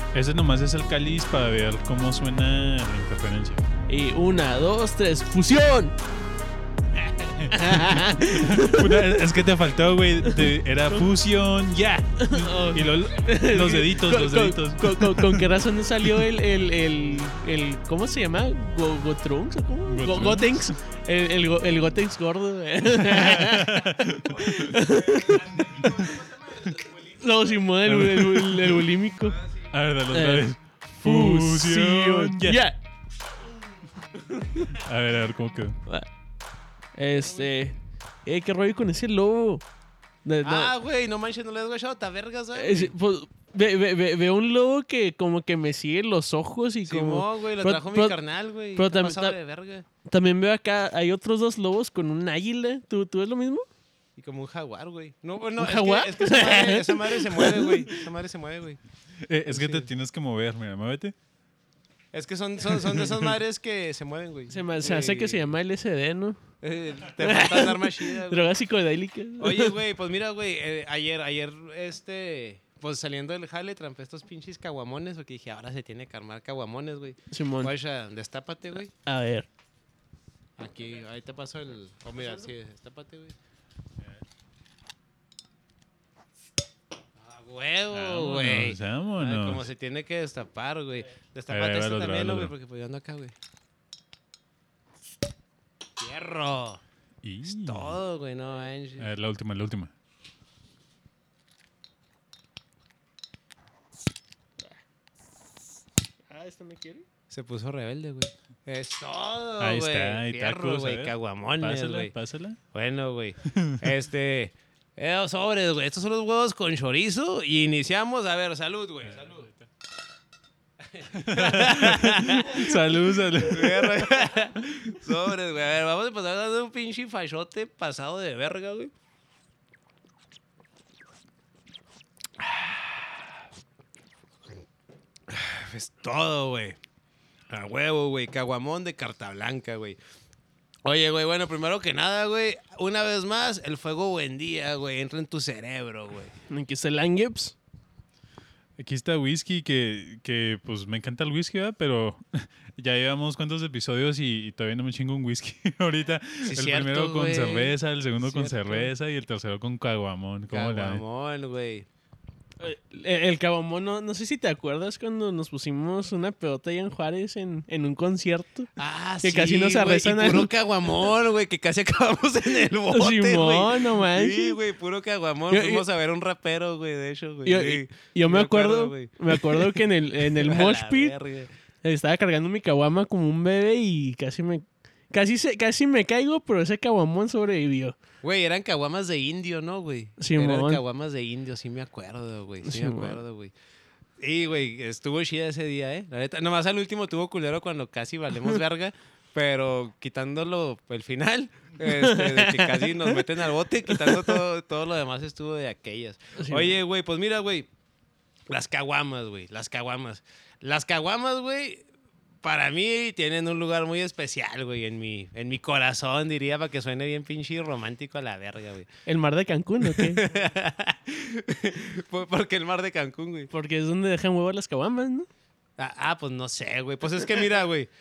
Ese nomás es el cáliz para ver cómo suena la interferencia. Y 1, 2, 3, ¡fusión! Es que te faltó, güey. Era fusión, ya. Y los deditos. ¿Con qué razón no salió el ¿cómo se llama? ¿Gotrunks o cómo? Gotenks. El Gotenks gordo. No, Simón, el bulímico. A ver, dale otra vez. Fusión, ya. A ver, ¿cómo quedó? ¿Qué rollo con ese lobo? Güey, no manches, no le has guachado, ta vergas, güey. Pues, veo un lobo que como que me sigue los ojos y como... No, güey, lo trajo mi carnal, güey. Pero también veo acá, hay otros 2 lobos con un águila. ¿Tú ves lo mismo? Y como un jaguar, güey. No, bueno, ¿Un jaguar? Es que esa madre se mueve, güey. Esa madre se mueve, güey. Es que te tienes que mover, mira, muévete. Es que son de esas madres que se mueven, güey. Se hace que se llama LSD, ¿no? Te faltan armas chidas, güey. Drogas psicodélicas. Oye, güey, pues mira, güey, ayer, pues saliendo del jale, trampé estos pinches caguamones, porque dije, ahora se tiene que armar caguamones, güey. Simón. Guacha, destápate, güey. A ver. Aquí, ahí te paso el... Oh, mira, sí, destápate, güey. Huevo, güey. Vámonos. Como se tiene que destapar, güey. Destápate esto también, güey, porque pues yo ando acá, güey. ¡Fierro! Es todo, güey, no manches. A ver, la última. ¿Esto me quiere? Se puso rebelde, güey. Es todo, güey. Ahí está, hay Fierro, tacos, güey, caguamones, güey. Pásala. Bueno, güey. Sobres, güey. Estos son los huevos con chorizo. Y iniciamos. A ver, salud, güey. Salud. Salud. Sobres, güey. A ver, vamos a empezar a dar un pinche fachote pasado de verga, güey. Es todo, güey. A huevo, güey. Caguamón de carta blanca, güey. Oye, güey, bueno, primero que nada, güey, una vez más, el fuego buen día, güey, entra en tu cerebro, güey. Aquí está el Langeps. Aquí está whisky, que pues me encanta el whisky, ¿verdad? Pero ya llevamos cuántos episodios y todavía no me chingo un whisky ahorita. Sí, el cierto, primero con güey. cerveza, el segundo con Cierto. cerveza y el tercero con caguamón. ¿Cómo la ven? Caguamón, güey. El Cabamón, no sé si te acuerdas cuando nos pusimos una pelota allá en Juárez en un concierto. Ah, Que sí, casi nos arrestan güey, y puro al- caguamón, güey, que casi acabamos en el bote, güey. Simón, no manches. Sí, güey, puro caguamón. Yo- Fuimos a ver un rapero, güey, de hecho, güey. Yo, Sí, yo me acuerdo, güey. me acuerdo que en el A mosh la pit verga. estaba cargando mi caguama como un bebé y casi me caigo, pero ese caguamón sobrevivió. Güey, eran caguamas de indio, ¿no, güey? Simón. Eran caguamas de indio, sí me acuerdo, güey. Sí me Simón. acuerdo, güey. Y, güey, estuvo chida ese día, ¿eh? La neta, nomás al último tuvo culero cuando casi valemos verga, pero quitándolo el final, de que casi nos meten al bote, quitando todo lo demás estuvo de aquellas. Sí, Oye, güey, pues mira, güey, las caguamas, güey, las caguamas. Las caguamas, güey, para mí tienen un lugar muy especial, güey, en mi corazón, diría, para que suene bien pinche romántico a la verga, güey. ¿El mar de Cancún o qué? Porque el mar de Cancún, güey. Porque es donde dejan huevo las caguamas, ¿no? Pues no sé, güey. Pues es que mira, güey,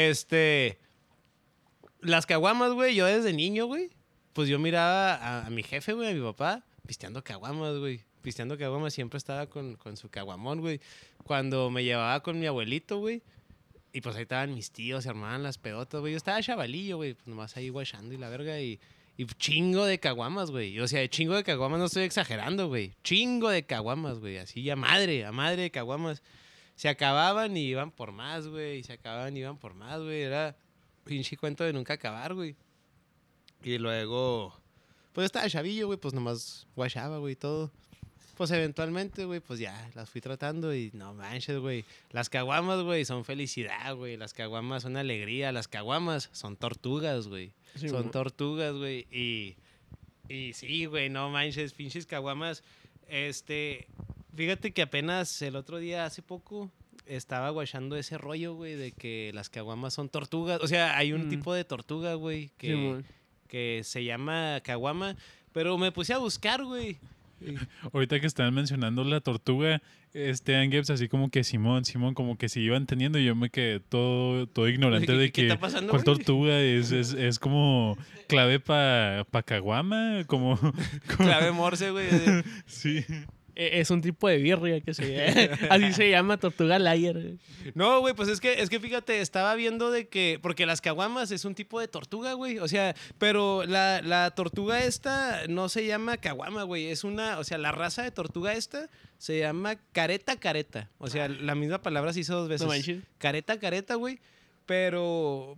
las caguamas, güey, yo desde niño, güey, pues yo miraba a mi jefe, güey, a mi papá, pisteando caguamas, güey. Pisteando caguamas, siempre estaba con su caguamón, güey. Cuando me llevaba con mi abuelito, güey, y pues ahí estaban mis tíos, se armaban las pedotas, güey. Yo estaba chavalillo, güey, pues nomás ahí guachando y la verga, y chingo de caguamas, güey. O sea, chingo de caguamas, no estoy exagerando, güey. Chingo de caguamas, güey. Así a madre de caguamas. Se acababan y iban por más, güey. Y se acababan y iban por más, güey. Era pinche cuento de nunca acabar, güey. Y luego, pues estaba chavillo, güey, pues nomás guachaba, güey, todo. Pues eventualmente, güey, pues ya las fui tratando y no manches, güey. Las caguamas, güey, son felicidad, güey. Las caguamas son alegría. Las caguamas son tortugas, güey. Sí, Son güey. tortugas, güey. Y sí, güey, no manches, pinches caguamas. Fíjate que apenas el otro día, hace poco, estaba guachando ese rollo, güey, de que las caguamas son tortugas. O sea, hay un tipo de tortuga, güey, Sí, güey. que se llama caguama. Pero me puse a buscar, güey. Ahorita que están mencionando la tortuga, Angeps así como que Simón, como que se iban teniendo y yo me quedé todo ignorante de ¿Qué que está pasando, cuál güey? tortuga es como clave para caguama, como Clave Morse, güey. sí. Es un tipo de birria que así se llama Tortuga Layer. No, güey, pues es que fíjate, estaba viendo de que, porque las caguamas es un tipo de tortuga, güey, o sea, pero la tortuga esta no se llama caguama, güey, es una, o sea, la raza de tortuga esta se llama careta, o sea, la misma palabra se hizo dos veces. No manches. Careta, güey. Pero,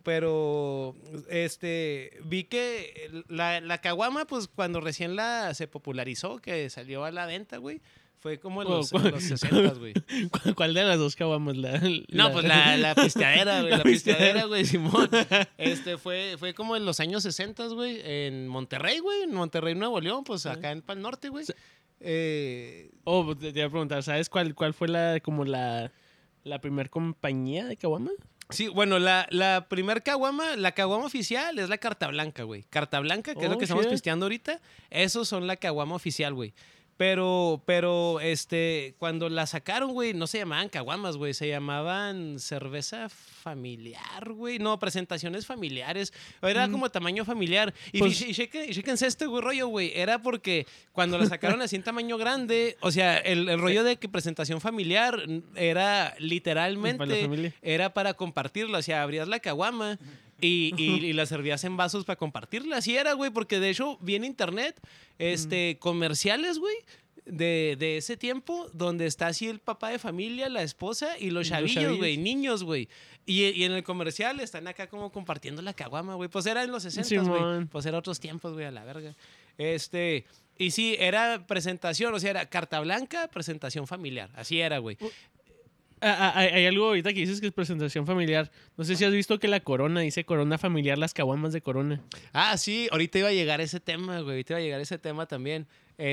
vi que la caguama, pues cuando recién se popularizó, que salió a la venta, güey, fue como en los 60, güey. ¿Cuál de las dos caguamas? No, pues la pisteadera, güey. La pisteadera, güey, Simón. Fue como en los años 60, güey, en Monterrey, güey. En Monterrey, Nuevo León, pues acá en Pal Norte, güey. Oh, te iba a preguntar, ¿sabes cuál fue la primer compañía de caguama? Sí, bueno, la primer caguama, la caguama oficial es la Carta Blanca, güey. Carta Blanca, que es lo que estamos pisteando ahorita, esos son la caguama oficial, güey. Pero, cuando la sacaron, güey, no se llamaban caguamas, güey, se llamaban cerveza familiar, güey. No, presentaciones familiares. Era como tamaño familiar. Y, Pues- y chéquense güey, rollo, güey. Era porque cuando la sacaron así en tamaño grande, o sea, el rollo de que presentación familiar era Para la literalmente, familia. era para compartirla. O sea, abrías la caguama. Y la servías en vasos para compartirla. Así era, güey, porque de hecho vi en internet comerciales, güey, de ese tiempo, donde está así el papá de familia, la esposa y los chavillos, güey, niños, güey. Y en el comercial están acá como compartiendo la caguama, güey. Pues era en los 60, güey. Simón. Pues era otros tiempos, güey, a la verga. Y sí, era presentación, o sea, era carta blanca, presentación familiar. Así era, güey. Hay algo ahorita que dices que es presentación familiar. No sé si has visto que la Corona dice Corona familiar, las caguamas de Corona. Ah, sí, ahorita iba a llegar ese tema, güey. Ahorita iba a llegar ese tema también.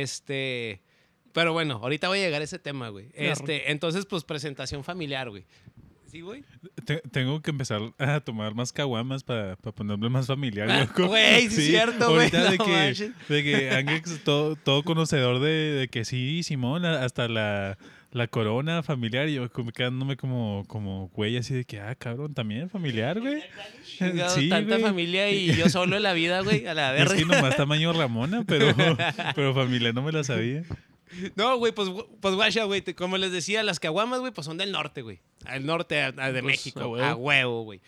Pero bueno, ahorita voy a llegar a ese tema, güey. Claro. Entonces, pues, presentación familiar, güey. ¿Sí, güey? Tengo que empezar a tomar más caguamas para ponerme más familiar, Ah, loco. güey, sí es cierto, güey, Ahorita no manches. de que Angex, todo conocedor de que sí, Simón, hasta la corona familiar, y yo quedándome como güey, así de que, cabrón, también familiar, güey. Chingado, Sí, tanta güey. familia y yo solo en la vida, güey, a la Es verga. que nomás tamaño Ramona, pero familiar no me la sabía. No, güey, pues guacha, güey. Como les decía, las caguamas, güey, pues son del norte, güey. Al norte de Pues, México. a huevo. A huevo, güey.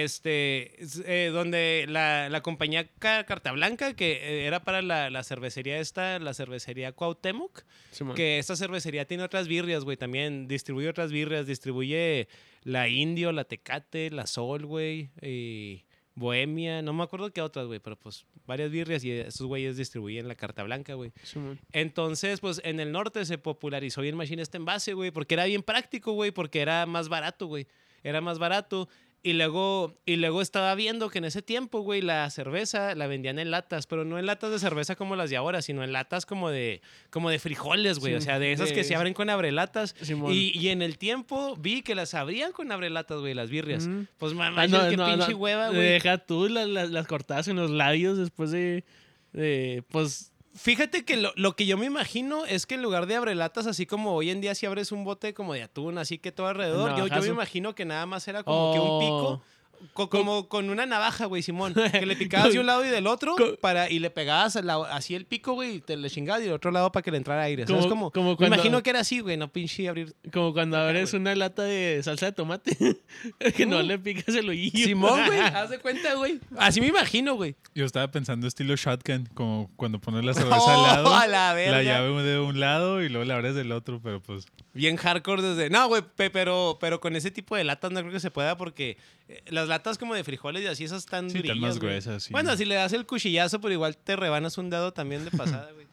Donde la compañía Carta Blanca, que era para la cervecería la cervecería Cuauhtémoc, Simón. que esta cervecería tiene otras birrias, güey, también distribuye otras birrias, distribuye la Indio, la Tecate, la Sol, güey, y Bohemia, no me acuerdo qué otras, güey, pero pues varias birrias y esos güeyes distribuyen la Carta Blanca, güey. Simón. Entonces, pues en el norte se popularizó bien machine este envase, güey, porque era bien práctico, güey, porque era más barato, güey. Era más barato. Y luego estaba viendo que en ese tiempo, güey, la cerveza la vendían en latas, pero no en latas de cerveza como las de ahora, sino en latas como de frijoles, güey. Sí, O sea, de esas que se abren con abrelatas. Simón. Y en el tiempo vi que las abrían con abrelatas, güey, las birrias. Mm. Pues mamá, qué pinche hueva, güey. Deja tú las cortadas en los labios después de pues... Fíjate que lo que yo me imagino es que en lugar de abrelatas, así como hoy en día si abres un bote como de atún, así que todo alrededor, yo me Navajazo. imagino que nada más era como que un pico, como con una navaja, güey, Simón, que le picabas de un lado y del otro y le pegabas así el pico, güey, y te le chingabas y del otro lado para que le entrara aire. ¿Sabes cómo? Como Me cuando- imagino que era así, güey, no pinche abrir. Como cuando abres una lata de salsa de tomate. Que no le picas el hoyillo. Simón, güey, haz de cuenta, güey. Así me imagino, güey. Yo estaba pensando estilo shotgun, como cuando pones la cerveza al lado, a la verga. llave de un lado y luego la abres del otro, pero pues Bien hardcore desde... No, güey, pero con ese tipo de latas no creo que se pueda porque las latas como de frijoles y así esas están sí, están durillas, más güey. gruesas. Sí. Bueno, si le das el cuchillazo, pero igual te rebanas un dedo también de pasada, güey.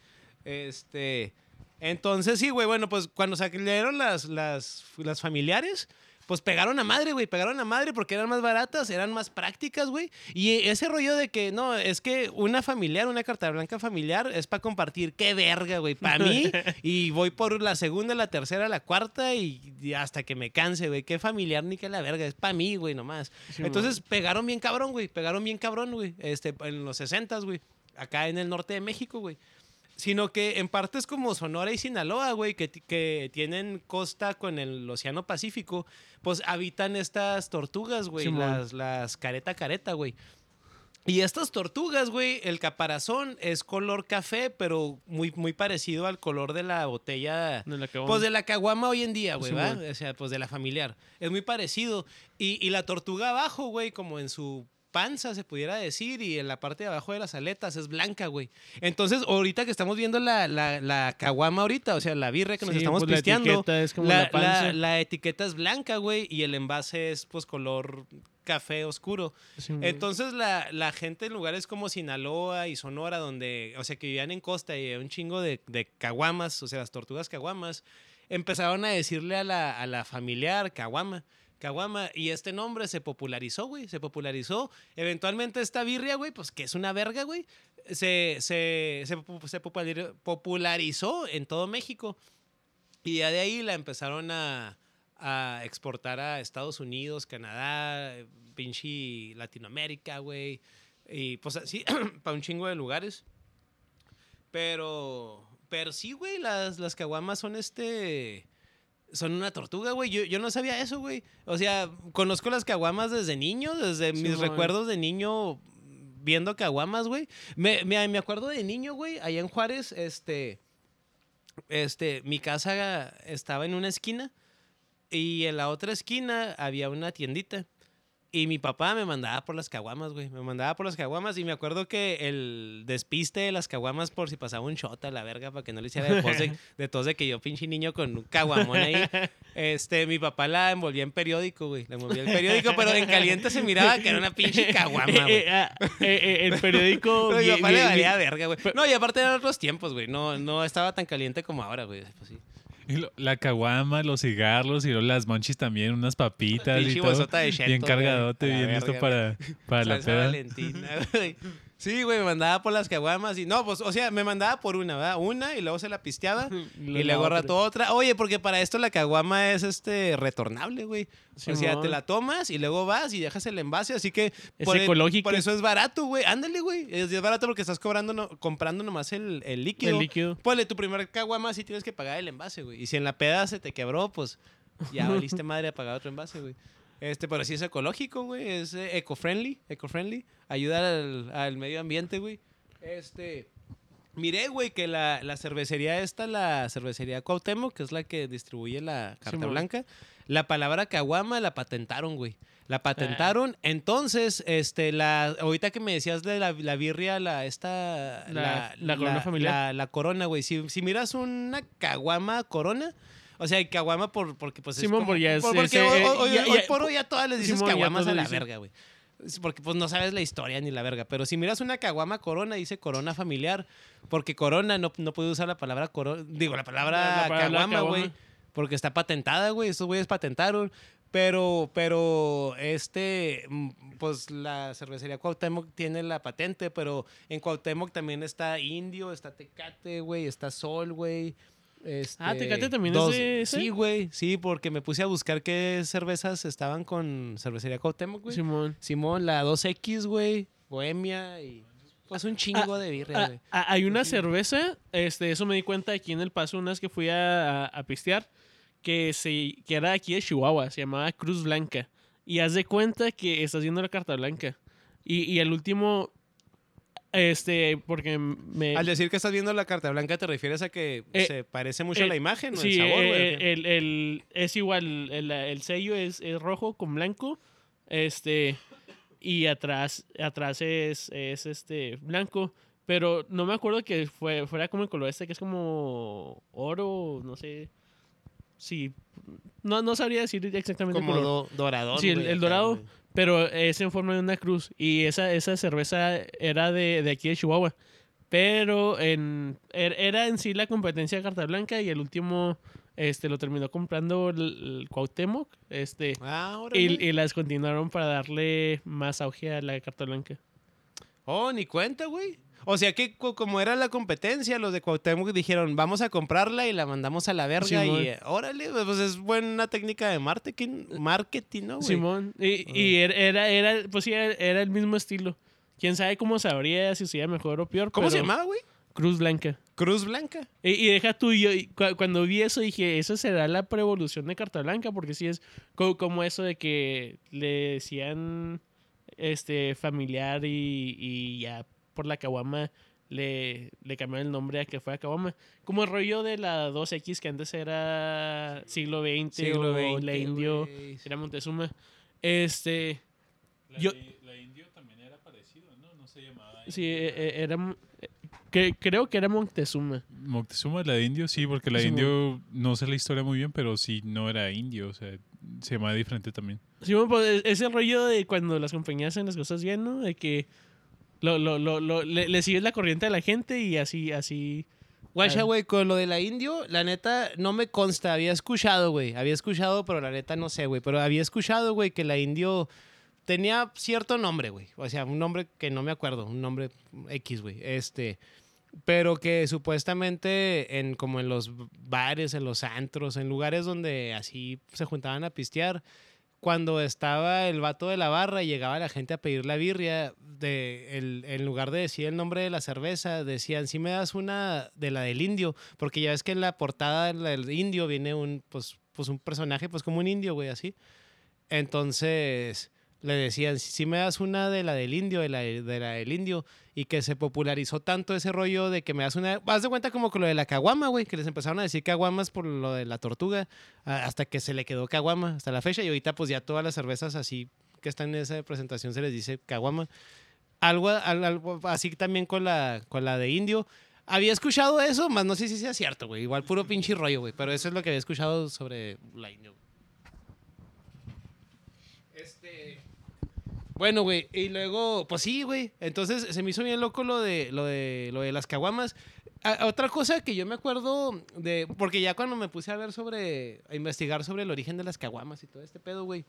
Entonces, sí, güey, bueno, pues cuando salieron las familiares, pues pegaron a madre, güey, pegaron a madre porque eran más baratas, eran más prácticas, güey. Y ese rollo de que, no, es que una carta blanca familiar es para compartir. ¡Qué verga, güey! Para mí, y voy por la segunda, la tercera, la cuarta y hasta que me canse, güey. ¡Qué familiar ni qué la verga! Es para mí, güey, nomás. Sí, Entonces, pegaron bien cabrón, güey. En los 60s, güey. Acá en el norte de México, güey. sino que en partes como Sonora y Sinaloa, güey, que tienen costa con el Océano Pacífico, pues habitan estas tortugas, güey, las careta, güey. Y estas tortugas, güey, el caparazón es color café, pero muy, muy parecido al color de la botella. Pues de la caguama hoy en día, güey, ¿va? O sea, pues de la familiar. Es muy parecido. Y la tortuga abajo, güey, como en su panza, se pudiera decir, y en la parte de abajo de las aletas es blanca, güey. Entonces, ahorita que estamos viendo la caguama ahorita, o sea, la birria que nos estamos pisteando, la etiqueta es como la panza. La etiqueta es blanca, güey, y el envase es, pues, color café oscuro. Sí, entonces, la gente en lugares como Sinaloa y Sonora, donde, o sea, que vivían en costa y había un chingo de caguamas, o sea, las tortugas caguamas, empezaron a decirle a la familiar caguama, y este nombre se popularizó, güey, se popularizó. Eventualmente esta birria, güey, pues que es una verga, güey, se popularizó en todo México. Y ya de ahí la empezaron a exportar a Estados Unidos, Canadá, pinche Latinoamérica, güey. Y pues así, para un chingo de lugares. Pero sí, güey, las caguamas son son una tortuga, güey. Yo no sabía eso, güey. O sea, conozco las caguamas desde niño, desde mis recuerdos de niño viendo caguamas, güey. Me acuerdo de niño, güey, allá en Juárez, mi casa estaba en una esquina y en la otra esquina había una tiendita. Y mi papá me mandaba por las caguamas, güey. Me mandaba por las caguamas y me acuerdo que el despiste de las caguamas por si pasaba un shot a la verga para que no le hiciera de tos de que yo pinche niño con un caguamón ahí. Mi papá la envolvía en periódico, güey. La envolvía en periódico, pero en caliente se miraba que era una pinche caguama, güey. El periódico... Mi papá le valía verga, güey. No, y aparte eran otros tiempos, güey. No estaba tan caliente como ahora, güey. Pues sí. La caguama, los cigarros y luego las monchis también, unas papitas y todo. De cheto, bien cargadote, bien listo para la peda. Valentina, güey. Sí, güey, me mandaba por las caguamas y no, pues, o sea, me mandaba por una, ¿verdad? Una y luego se la pisteaba y luego rato otra. Oye, porque para esto la caguama es retornable, güey. Sí, o sea, te la tomas y luego vas y dejas el envase, así que es ecológico. Por eso es barato, güey. Ándale, güey. Es barato porque estás comprando nomás el líquido. El líquido. Ponle tu primer caguama sí tienes que pagar el envase, güey. Y si en la peda se te quebró, pues ya valiste madre a pagar otro envase, güey. Pero sí es ecológico, güey. Es eco-friendly. Ayuda al medio ambiente, güey. Miré, güey, que la cervecería la cervecería Cuauhtémoc, que es la que distribuye la Carta Blanca, la palabra caguama la patentaron, güey. La patentaron. Entonces, ahorita que me decías de la birria, la corona familiar. La corona, güey. Si miras una caguama corona... O sea, caguama porque pues Simón, es como... Porque hoy por hoy ya todas les dices Simón, caguamas a la verga, güey. Porque pues no sabes la historia ni la verga. Pero si miras una caguama corona, dice corona familiar. Porque corona no puede usar la palabra corona. Digo, la palabra caguama, güey. Porque está patentada, güey. Estos güeyes patentaron. Pero pues la cervecería Cuauhtémoc tiene la patente. Pero en Cuauhtémoc también está Indio, está Tecate, güey. Está Sol, güey. Tecate también es de ese. Sí, güey. Sí, porque me puse a buscar qué cervezas estaban con cervecería Cuauhtémoc, güey. Simón, la 2X, güey. Bohemia y... Pues un chingo de birria, güey. Hay una cerveza, eso me di cuenta aquí en El Paso, unas que fui a pistear, que era aquí de Chihuahua, se llamaba Cruz Blanca. Y haz de cuenta que estás viendo la Carta Blanca. Y el último... porque Al decir que estás viendo la Carta Blanca, ¿te refieres a que se parece mucho a la imagen o sí, el sabor, güey? es igual, el sello es rojo con blanco, y atrás es blanco, pero no me acuerdo que fuera como el color que es como oro, no sé. Sí, no sabría decir exactamente como el color. Doradón. Sí, el dorado. Güey. Pero es en forma de una cruz. Y esa cerveza era de aquí de Chihuahua. Pero era en sí la competencia de Carta Blanca. Y el último lo terminó comprando el Cuauhtémoc. Y la descontinuaron para darle más auge a la Carta Blanca. Oh, ni cuenta, güey. O sea que como era la competencia, los de Cuauhtémoc dijeron, vamos a comprarla y la mandamos a la verga. Simón. Y órale, pues es buena técnica de marketing, ¿no, güey? Simón. Y era pues sí, era el mismo estilo. Quién sabe cómo sabría si sería mejor o peor. ¿Cómo se llamaba, güey? Cruz Blanca. Cruz Blanca. Y deja tú, cuando vi eso dije, eso será la preevolución de Carta Blanca, porque sí es como eso de que le decían familiar y ya por la caguama le cambiaron el nombre a que fuera caguama. Como el rollo de la 2X que antes era siglo XX o la Indio, güey. era Montezuma. La, Yo- la indio también era parecido, ¿no? No se llamaba Sí, indio. creo que era Montezuma. Moctezuma, la de indio, sí, porque la de Sí, indio no sé la historia muy bien, pero sí no era indio, o sea, se llamaba diferente también. Sí, bueno, pues es el rollo de cuando las compañías hacen las cosas bien, ¿no? De que le sigues la corriente a la gente y así. Guacha, Ah. güey, con lo de la Indio, la neta no me consta. Había escuchado, güey. Había escuchado, pero la neta no sé, güey. Pero había escuchado, güey, que la Indio tenía cierto nombre, güey. O sea, un nombre que no me acuerdo. Un nombre X, güey. Pero que supuestamente como en los bares, en los antros, en lugares donde así se juntaban a pistear, cuando estaba el vato de la barra y llegaba la gente a pedir la birria, en lugar de decir el nombre de la cerveza, decían, si me das una de la del indio, porque ya ves que en la portada del indio viene pues un personaje, pues como un indio, güey, así. Entonces le decían, si me das una de la del indio, de la del indio, y que se popularizó tanto ese rollo de que me das una... Haz de cuenta como con lo de la caguama, güey, que les empezaron a decir caguamas por lo de la tortuga, hasta que se le quedó caguama hasta la fecha, y ahorita pues ya todas las cervezas así que están en esa presentación se les dice caguama. Algo así también con la de indio. Había escuchado eso, más no sé si sea cierto, güey. Igual puro pinche rollo, güey. Pero eso es lo que había escuchado sobre la indio. Bueno, güey, y luego, pues sí, güey. Entonces se me hizo bien loco lo de las caguamas. Otra cosa que yo me acuerdo de, porque ya cuando me puse a investigar sobre el origen de las caguamas y todo este pedo, güey.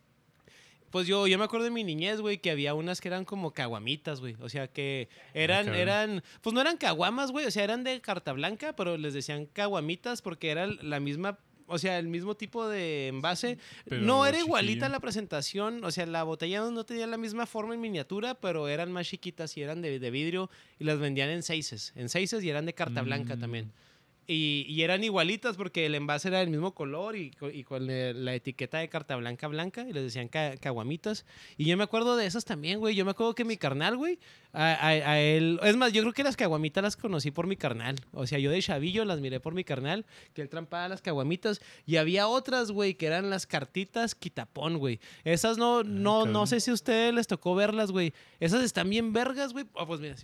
Pues yo me acuerdo de mi niñez, güey, que había unas que eran como caguamitas, güey. O sea, que cabrón. pues no eran caguamas, güey. O sea, eran de carta blanca, pero les decían caguamitas porque era la misma, o sea, el mismo tipo de envase. Pero No era chiquillo. igualita la presentación, o sea, la botella no tenía la misma forma en miniatura, pero eran más chiquitas y eran de vidrio y las vendían en seises y eran de carta blanca también. Y eran igualitas porque el envase era del mismo color y con la etiqueta de carta blanca blanca y les decían caguamitas. Y yo me acuerdo de esas también, güey. Yo me acuerdo que mi carnal, güey, a él... Es más, yo creo que las caguamitas las conocí por mi carnal. O sea, yo de chavillo las miré por mi carnal, que él trampaba las caguamitas. Y había otras, güey, que eran las cartitas quitapón, güey. Esas no cabrón. sé si a ustedes les tocó verlas, güey. Esas están bien vergas, güey. Pues mira,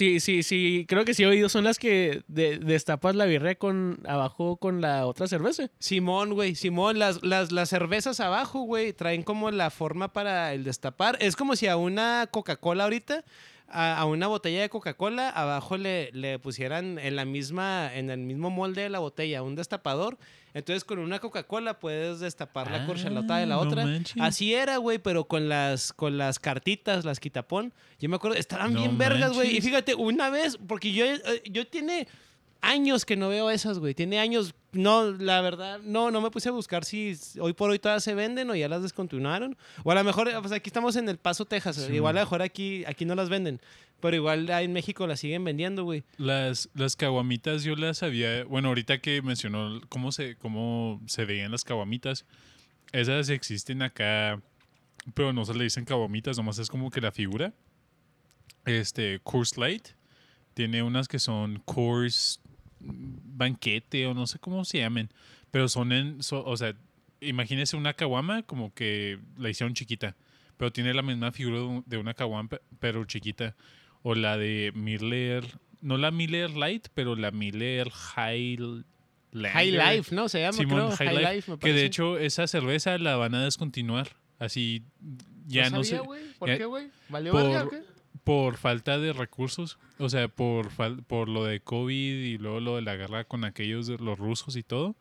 Sí, creo que sí he oído. Son las que destapas la birria abajo con la otra cerveza. Simón, güey, Simón, las cervezas abajo, güey, traen como la forma para el destapar. Es como si a una Coca-Cola ahorita, a una botella de Coca-Cola, abajo le pusieran en el mismo molde de la botella un destapador. Entonces con una Coca-Cola puedes destapar la corchalota de la no otra. manches. Así era, güey, pero con las cartitas, las quitapón. Yo me acuerdo, estaban No bien vergas, güey. Y manches. fíjate, una vez, porque yo tiene años que no veo esas, güey. Tiene años. No, la verdad, no me puse a buscar si hoy por hoy todas se venden o ya las descontinuaron. O a lo mejor, pues aquí estamos en El Paso, Texas. Sí, Igual a man. lo mejor aquí no las venden. Pero igual ahí en México las siguen vendiendo, güey. Las caguamitas yo las había, bueno, ahorita que mencionó cómo se veían las caguamitas, esas existen acá, pero no se le dicen caguamitas, nomás es como que la figura. Coors Light tiene unas que son Coors Banquete o no sé cómo se llamen, pero o sea, imagínese una caguama como que la hicieron chiquita, pero tiene la misma figura de una caguama, pero chiquita. O la de Miller, no la Miller Light, pero la Miller High Life, ¿no? Se llama, Simón, creo. High Life, me que de parece. hecho esa cerveza la van a descontinuar. Así ya no sé. güey. ya- qué, güey? ¿Valió por- verga o qué? Por falta de recursos, o sea, por lo de COVID y luego lo de la guerra con aquellos de los rusos y todo,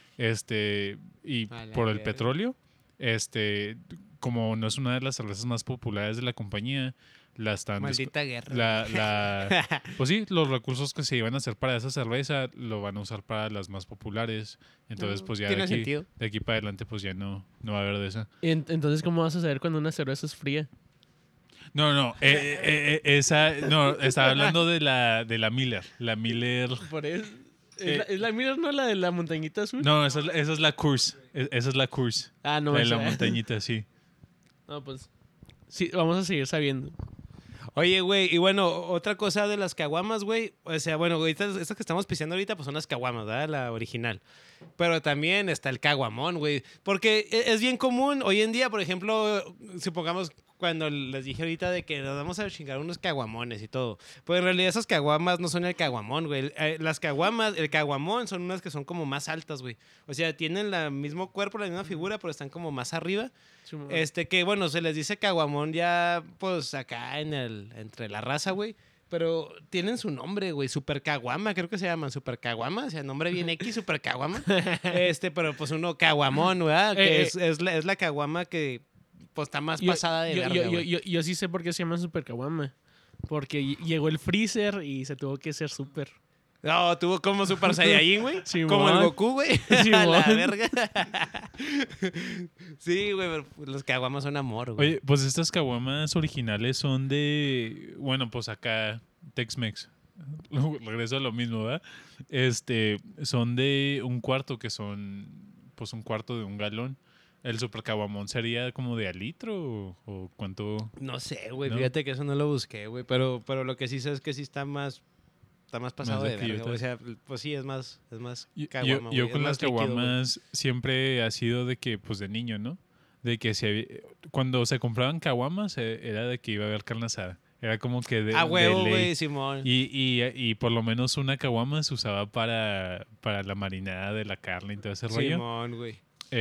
y A la por el verga. petróleo, como no es una de las cervezas más populares de la compañía, la están Maldita guerra. pues sí, los recursos que se iban a hacer para esa cerveza lo van a usar para las más populares. Entonces, pues ya Tiene sentido. de aquí para adelante, pues ya no va a haber de esa. Entonces, ¿cómo vas a saber cuando una cerveza es fría? No, esa, no, estaba hablando de la Miller. La Miller. Por eso. ¿Es la Miller, no la de la montañita azul? No, esa es la Coors. Esa es la Coors. Ah, no, La de la esa. montañita, sí. No, pues. Sí, vamos a seguir sabiendo. Oye, güey, y bueno, otra cosa de las caguamas, güey. O sea, bueno, güey, estas que estamos pisteando ahorita, pues son las caguamas, ¿verdad? La original. Pero también está el caguamón, güey. Porque es bien común hoy en día, por ejemplo, supongamos cuando les dije ahorita de que nos vamos a chingar unos caguamones y todo. Pues en realidad esas caguamas no son el caguamón, güey. Las caguamas, el caguamón son unas que son como más altas, güey. O sea, tienen el mismo cuerpo, la misma figura, pero están como más arriba. Que bueno, se les dice caguamón ya, pues acá entre la raza, güey. Pero tienen su nombre, güey, Super Caguama, creo que se llaman Super Caguama, o sea, nombre bien X, Super Caguama. Pero pues uno caguamón, ¿verdad? Que es la caguama que pues está más pasada de verga, güey. Yo sí sé por qué se llama Super Caguama. Porque llegó el freezer y se tuvo que ser super. No, tuvo como Super Saiyajin, güey. Simón. Como el Goku, güey. Simón. A la verga. Sí, güey, pero los caguamas son amor, güey. Oye, pues estas caguamas originales son de. Bueno, pues acá, Tex-Mex. Regreso a lo mismo, ¿verdad? Son de un cuarto, que son. Pues un cuarto de un galón. ¿El super caguamón sería como de al litro o cuánto? No sé, güey. ¿No? Fíjate que eso no lo busqué, güey. Pero lo que sí sé es que sí está más pasado Más de de verga, güey. O sea, quillotas. pues sí, es más Yo caguama, güey. con Es las más líquido, güey. caguamas siempre ha sido de que, pues de niño, ¿no? De que cuando se compraban caguamas era de que iba a haber carne asada. Era como que de, A de huevo, ley. güey, Simón. Y por lo menos una caguama se usaba para la marinada de la carne y todo ese rollo. Simón, güey.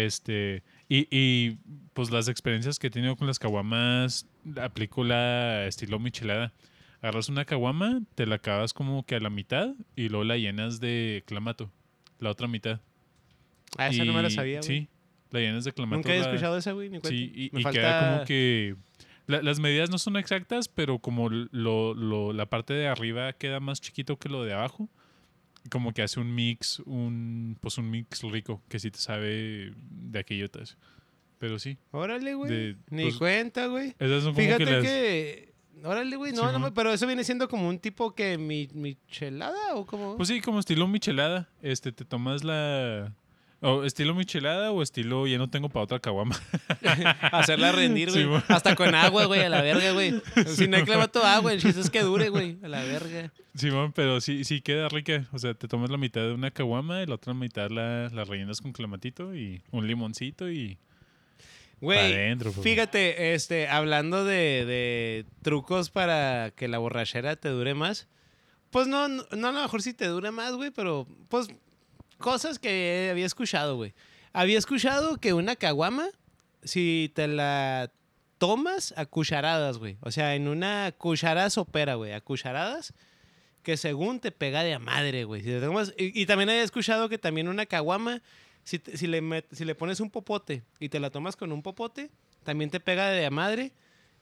Y pues las experiencias que he tenido con las caguamas, aplico la estilo michelada. Agarras una caguama, te la acabas como que a la mitad y luego la llenas de clamato, la otra mitad. Ah, esa no me la sabía, güey. Sí, la llenas de clamato. Nunca había escuchado esa, güey, ni cuenta. Sí, Me y falta... queda como que... las medidas no son exactas, pero como la parte de arriba queda más chiquito que lo de abajo, como que hace un mix rico, que sí te sabe de aquellotas. Pero sí. Órale, güey. de- Ni pues, cuenta, güey. Esas son como Fíjate que las... que... Órale, güey. No, Simón. pero eso viene siendo como un tipo que michelada o como... Pues sí, como estilo michelada. Te tomas la... O estilo michelada o estilo ya no tengo para otra caguama. Hacerla rendir, güey. Simón. Hasta con agua, güey, a la verga, güey. Si no hay clamato agua, el chiste es que dure, güey, a la verga. Simón, pero sí queda rica. O sea, te tomas la mitad de una caguama y la otra mitad la rellenas con clamatito y un limoncito y... Güey, Pa' adentro, papá. fíjate, hablando de trucos para que la borrachera te dure más, pues no, a lo mejor sí te dure más, güey, pero pues cosas que había escuchado, güey. Había escuchado que una caguama, si te la tomas a cucharadas, güey, o sea, en una cucharada sopera, güey, a cucharadas, que según te pega de a madre, güey. Si te tomas- y también había escuchado que también una caguama, si le pones un popote y te la tomas con un popote, también te pega de a madre.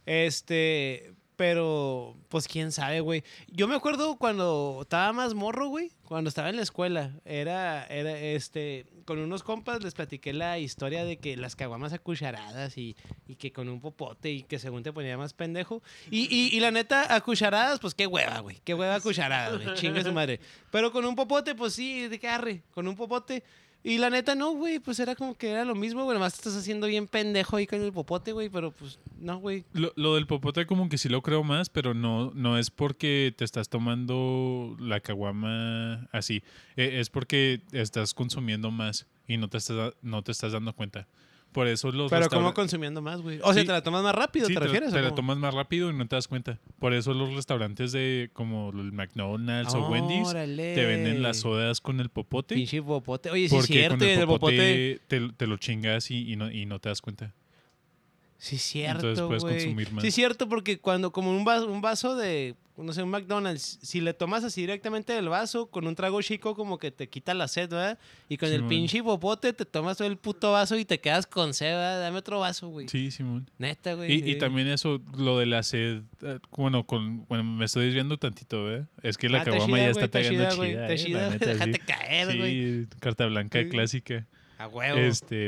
Pero, pues quién sabe, güey. Yo me acuerdo cuando estaba más morro, güey, cuando estaba en la escuela, con unos compas les platiqué la historia de que las caguamas a cucharadas y que con un popote y que según te ponía más pendejo. Y la neta, a cucharadas, pues qué hueva, güey. Qué hueva a cucharadas, güey. Chingue su madre. Pero con un popote, pues sí, de qué arre. Con un popote. Y la neta, no, güey, pues era como que era lo mismo, güey. Nomás te estás haciendo bien pendejo ahí con el popote, güey, pero pues no, güey. Lo del popote como que sí lo creo más, pero no es porque te estás tomando la caguama así. Es porque estás consumiendo más y no te estás dando cuenta. Por eso los Pero ¿cómo restaurantes... consumiendo más, güey? O sea, Sí. ¿te la tomas más rápido, Sí, te refieres? te ¿o la cómo? tomas más rápido y no te das cuenta. Por eso los restaurantes de como el McDonald's o Wendy's Órale. te venden las sodas con el popote. Pinche popote. Oye, sí es Porque cierto, con y el popote... te lo chingas y no te das cuenta. Sí es cierto, Entonces puedes güey. consumir más. Sí es cierto, porque cuando, como un vaso de, no sé, un McDonald's, si le tomas así directamente del vaso, con un trago chico como que te quita la sed, ¿verdad? Y con el Simón. pinche popote te tomas todo el puto vaso y te quedas con sed, ¿verdad? Dame otro vaso, güey. Sí, Simón. Neta, güey. Y sí. también eso, lo de la sed, bueno, me estoy desviando tantito, ¿eh? Es que la Está caguama chida, ya güey, está está pegando chida, güey, chida, está la chida, neta, déjate sí. caer, güey. Sí, carta blanca Sí. clásica. A huevo.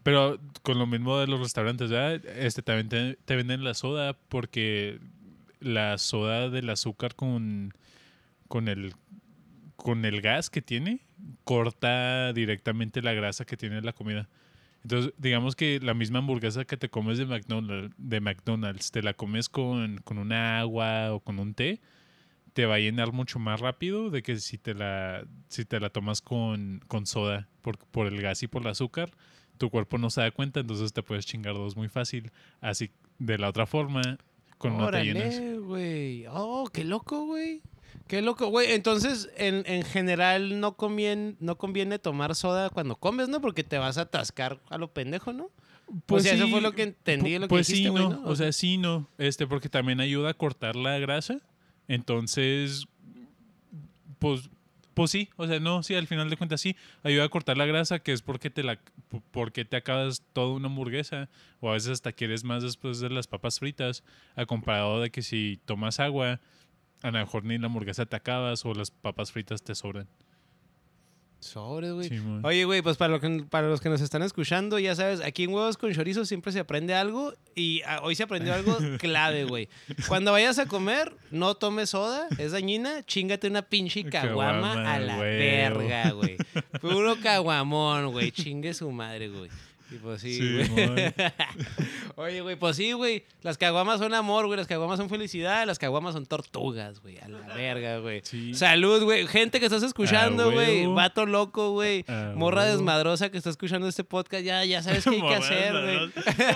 Pero con lo mismo de los restaurantes, ¿verdad? También te venden la soda porque la soda del azúcar con el, con el gas que tiene corta directamente la grasa que tiene la comida. Entonces, digamos que la misma hamburguesa que te comes de McDonald's, te la comes con una agua o con un té, te va a llenar mucho más rápido de que si te la tomas con soda por el gas y por el azúcar. Tu cuerpo no se da cuenta, entonces te puedes chingar dos muy fácil. Así, de la otra forma, con una te llenas. Órale, güey. Oh, qué loco, güey. Qué loco, güey. Entonces, en general, no conviene tomar soda cuando comes, ¿no? Porque te vas a atascar a lo pendejo, ¿no? Pues o sea, eso sí, fue lo que entendí, lo que pues dijiste, sí, güey, no. ¿no? O sea, sí, no. Porque también ayuda a cortar la grasa. Entonces, pues, pues sí. O sea, no, sí, al final de cuentas sí. Ayuda a cortar la grasa, que es porque te acabas toda una hamburguesa. O a veces hasta quieres más después de las papas fritas. A comparado de que si tomas agua, a lo mejor ni la hamburguesa te acabas o las papas fritas te sobran. Sobre, güey. Sí, man. Oye, güey, pues para los que nos están escuchando, ya sabes, aquí en Huevos con Chorizo siempre se aprende algo y hoy se aprendió algo clave, güey. Cuando vayas a comer, no tomes soda, es dañina, chíngate una pinche caguama Caguama, a la huevo. verga, güey. Puro caguamón, güey, chingue su madre, güey. Y pues sí, Sí, güey. man. Oye, güey, pues sí, güey. Las caguamas son amor, güey. Las caguamas son felicidad. Las caguamas son tortugas, güey. A la verga, güey. Sí. Salud, güey. Gente que estás escuchando, güey. huevo. Vato loco, güey. A Morra huevo. desmadrosa que está escuchando este podcast. Ya sabes qué hay que Morra hacer, güey.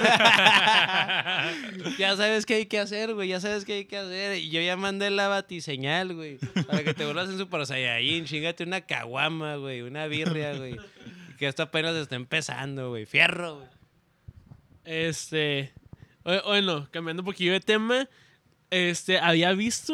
Ya sabes qué hay que hacer, güey. Ya sabes qué hay que hacer. Y yo ya mandé la batiseñal, güey. Para que te vuelvas en Super Saiyajin. Chíngate una caguama, güey. Una birria, güey. Que esto apenas está empezando, güey. Fierro, güey. Bueno, cambiando un poquillo de tema, había visto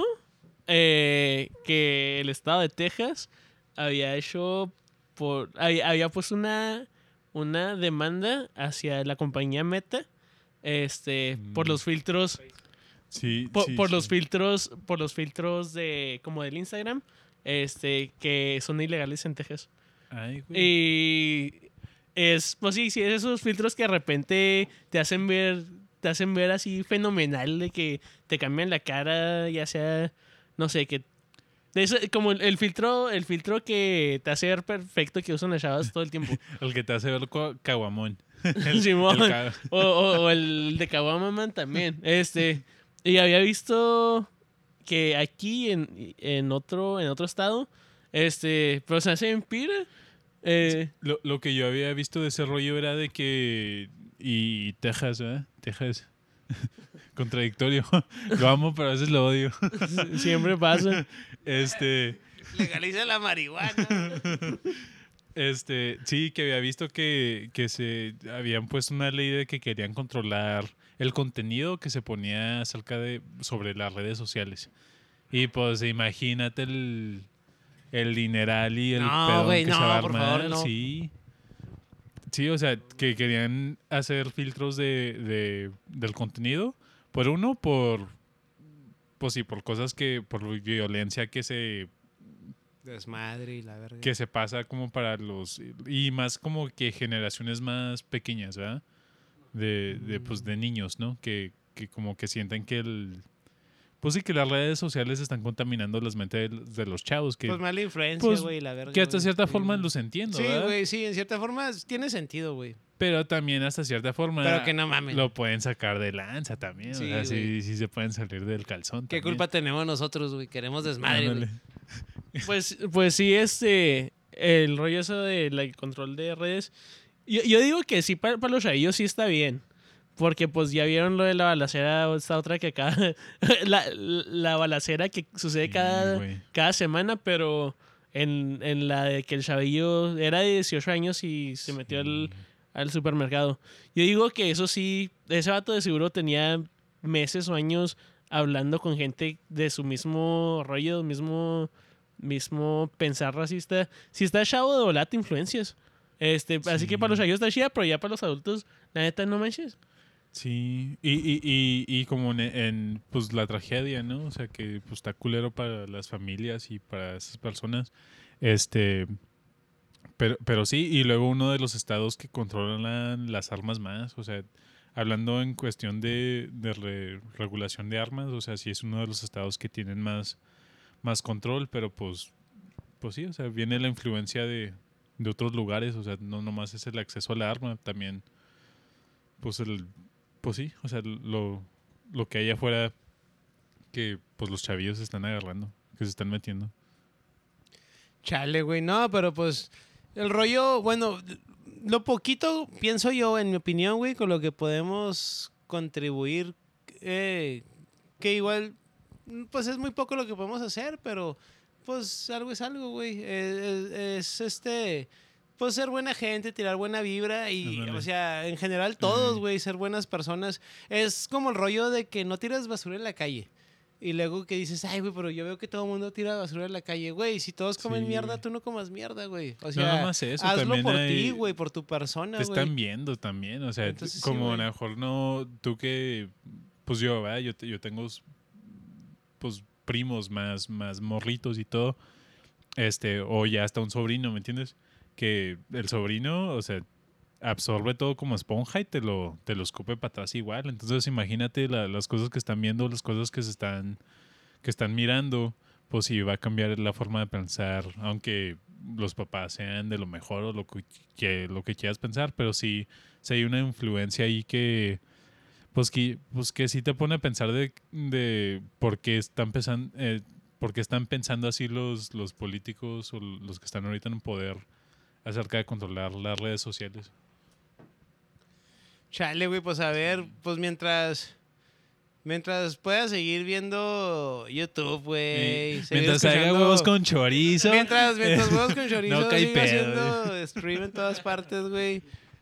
que el estado de Texas había hecho había puesto una demanda hacia la compañía Meta, por los filtros, Sí, sí, por sí. los filtros de como del Instagram, que son ilegales en Texas. Ay, güey. Y pues sí, es esos filtros que de repente te hacen ver así fenomenal, de que te cambian la cara, ya sea, no sé, como el filtro que te hace ver perfecto que usan las chavas todo el tiempo. El que te hace ver caguamón. Simón. ca- O el de Kawamaman también. Y había visto que aquí en otro estado, pero se hace en Pira. Lo que yo había visto de ese rollo era de que... Y Texas, ¿verdad? Texas. Contradictorio. Lo amo, pero a veces lo odio. Siempre pasa. Legaliza la marihuana. Sí, que había visto que se habían puesto una ley de que querían controlar el contenido que se ponía sobre las redes sociales. Y pues imagínate el dineral y el No, pedón güey, que se no, va a por armar. favor, no. Sí. Sí, o sea, que querían hacer filtros del contenido. Pues sí, por cosas por violencia Desmadre y la verga. que se pasa como para y más como que generaciones más pequeñas, ¿verdad? Pues de niños, ¿no? Que como que sienten que pues sí, que las redes sociales están contaminando las mentes de los chavos. Pues mala influencia, pues, güey, la verga. Que hasta güey. cierta Sí, forma güey. los entiendo, Sí, ¿verdad? güey, sí, en cierta forma tiene sentido, güey. Pero también hasta cierta forma Pero que no mamen. lo pueden sacar de lanza también. Sí, o sea, güey. sí se pueden salir del calzón. ¿Qué también. culpa tenemos nosotros, güey? Queremos desmadre, güey. Ándale. Pues sí, el rollo eso del control de redes. Yo digo que sí, para los chavillos sí está bien. Porque pues ya vieron lo de la balacera, esta otra que acá, la balacera que sucede Sí, güey. cada semana, pero en la de que el chavillo era de 18 años y se metió al supermercado. Yo digo que eso sí, ese vato de seguro tenía meses o años hablando con gente de su mismo rollo, mismo pensar racista. Si está chavo de volate influencias. Así que para los chavos está chida, pero ya para los adultos, la neta no manches. Sí, y como pues la tragedia, ¿no? O sea, que pues está culero para las familias y para esas personas. Pero sí, y luego uno de los estados que controlan las armas más, o sea, hablando en cuestión de regulación de armas, o sea, sí es uno de los estados que tienen más control, pero pues sí, o sea, viene la influencia de otros lugares, o sea, no nomás es el acceso a la arma, también, pues pues sí, o sea, lo que hay afuera que pues los chavillos se están agarrando, que se están metiendo. Chale, güey. No, pero pues el rollo, bueno, lo poquito, pienso yo, en mi opinión, güey, con lo que podemos contribuir, que igual, pues es muy poco lo que podemos hacer, pero pues algo es algo, güey. Pues ser buena gente, tirar buena vibra y, Ándale. o sea, en general todos, güey, ser buenas personas. Es como el rollo de que no tiras basura en la calle. Y luego que dices, ay, güey, pero yo veo que todo el mundo tira basura en la calle, güey. Si todos comen Sí, mierda, güey. tú no comas mierda, güey. O No, sea, nomás eso, hazlo también por hay- ti, güey, por tu persona, Te güey. están viendo también, o sea, Entonces, sí, como a güey. lo mejor no, tú que, pues yo, ¿verdad? Yo tengo, pues, primos más morritos y todo, o ya hasta un sobrino, ¿me entiendes? Que el sobrino, o sea, absorbe todo como esponja y te lo escupe para atrás igual. Entonces, imagínate las cosas que están viendo, las cosas que están mirando, pues sí va a cambiar la forma de pensar, aunque los papás sean de lo mejor o lo que quieras pensar, pero sí hay una influencia ahí pues que sí te pone a pensar de por qué están pensando así los políticos o los que están ahorita en poder acerca de controlar las redes sociales. Chale, güey, pues a ver, pues mientras puedas seguir viendo YouTube, güey. seguir Mientras haga escuchando- huevos con chorizo. Mientras huevos con chorizo No cae siga pedo, haciendo stream en todas partes, güey.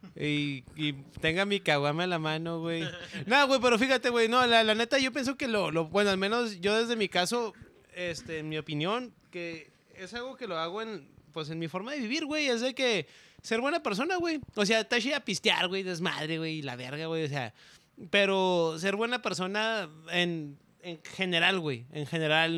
Y tenga mi caguama en la mano, güey. No, güey, pero fíjate, güey, no, la neta yo pienso que bueno, al menos yo desde mi caso, en mi opinión, que es algo que lo hago pues en mi forma de vivir, güey, es de que ser buena persona, güey. O sea, está chida pistear, güey, desmadre, güey, y la verga, güey, o sea, pero ser buena persona en general, güey, en general,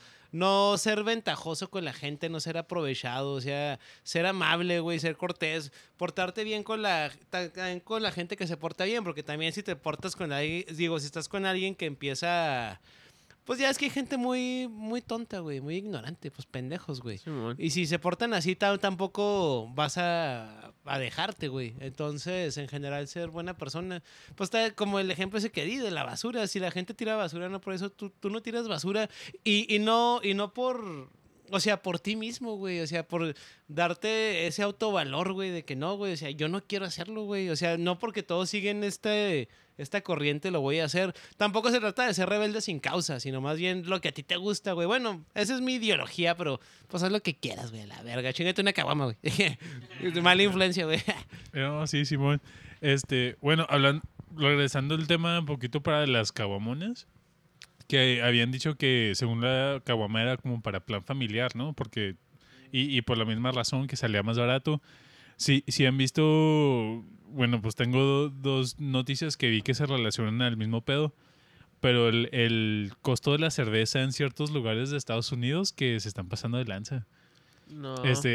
no ser ventajoso con la gente, no ser aprovechado, o sea, ser amable, güey, ser cortés, portarte bien también con la gente que se porta bien, porque también si te portas con alguien, digo, si estás con alguien que empieza, pues ya es que hay gente muy, muy tonta, güey, muy ignorante, pues pendejos, güey. Simón. Y si se portan así, tampoco vas a dejarte, güey. Entonces, en general, ser buena persona. Pues está como el ejemplo ese que di de la basura. Si la gente tira basura, no por eso tú no tiras basura. Y no por... O sea, por ti mismo, güey. O sea, por darte ese autovalor, güey, de que no, güey. O sea, yo no quiero hacerlo, güey. O sea, no porque todos siguen esta corriente lo voy a hacer. Tampoco se trata de ser rebelde sin causa, sino más bien lo que a ti te gusta, güey. Bueno, esa es mi ideología, pero pues haz lo que quieras, güey, la verga. Chíngate una caguama, güey. Mala influencia, güey. No, sí, Simón. Bueno, regresando al tema un poquito para las caguamonas, que habían dicho que según la caguama era como para plan familiar, ¿no? Porque, y por la misma razón que salía más barato. Sí han visto, bueno, pues tengo dos noticias que vi que se relacionan al mismo pedo, pero el costo de la cerveza en ciertos lugares de Estados Unidos que se están pasando de lanza. No.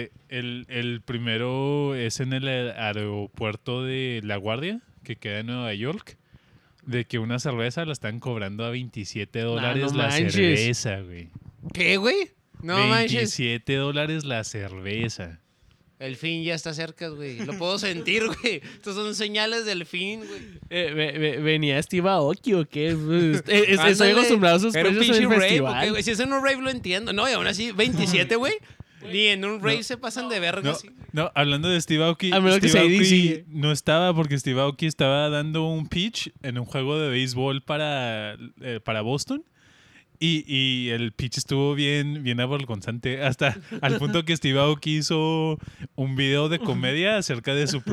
El primero es en el aeropuerto de La Guardia, que queda en Nueva York, de que una cerveza la están cobrando a $27 no la manches. cerveza, güey. ¿Qué, güey? No manches. $27 la cerveza. El fin ya está cerca, güey. Lo puedo sentir, güey. Estos son señales del fin, güey. ¿Venía Steve Aoki o qué? Estoy Ándale. acostumbrado a sus Era un precios en pinche el rave, festival. ¿ok, güey? Si es en un rave lo entiendo. No, y aún así, 27, güey. Ni en un rave se pasan de verga. No, así. no, hablando de Steve Aoki, A menos que Steve sea Aoki ADC. no estaba porque Steve Aoki estaba dando un pitch en un juego de béisbol para Boston. Y el pitch estuvo bien avergonzante, hasta al punto que Steve Aoki hizo un video de comedia acerca de su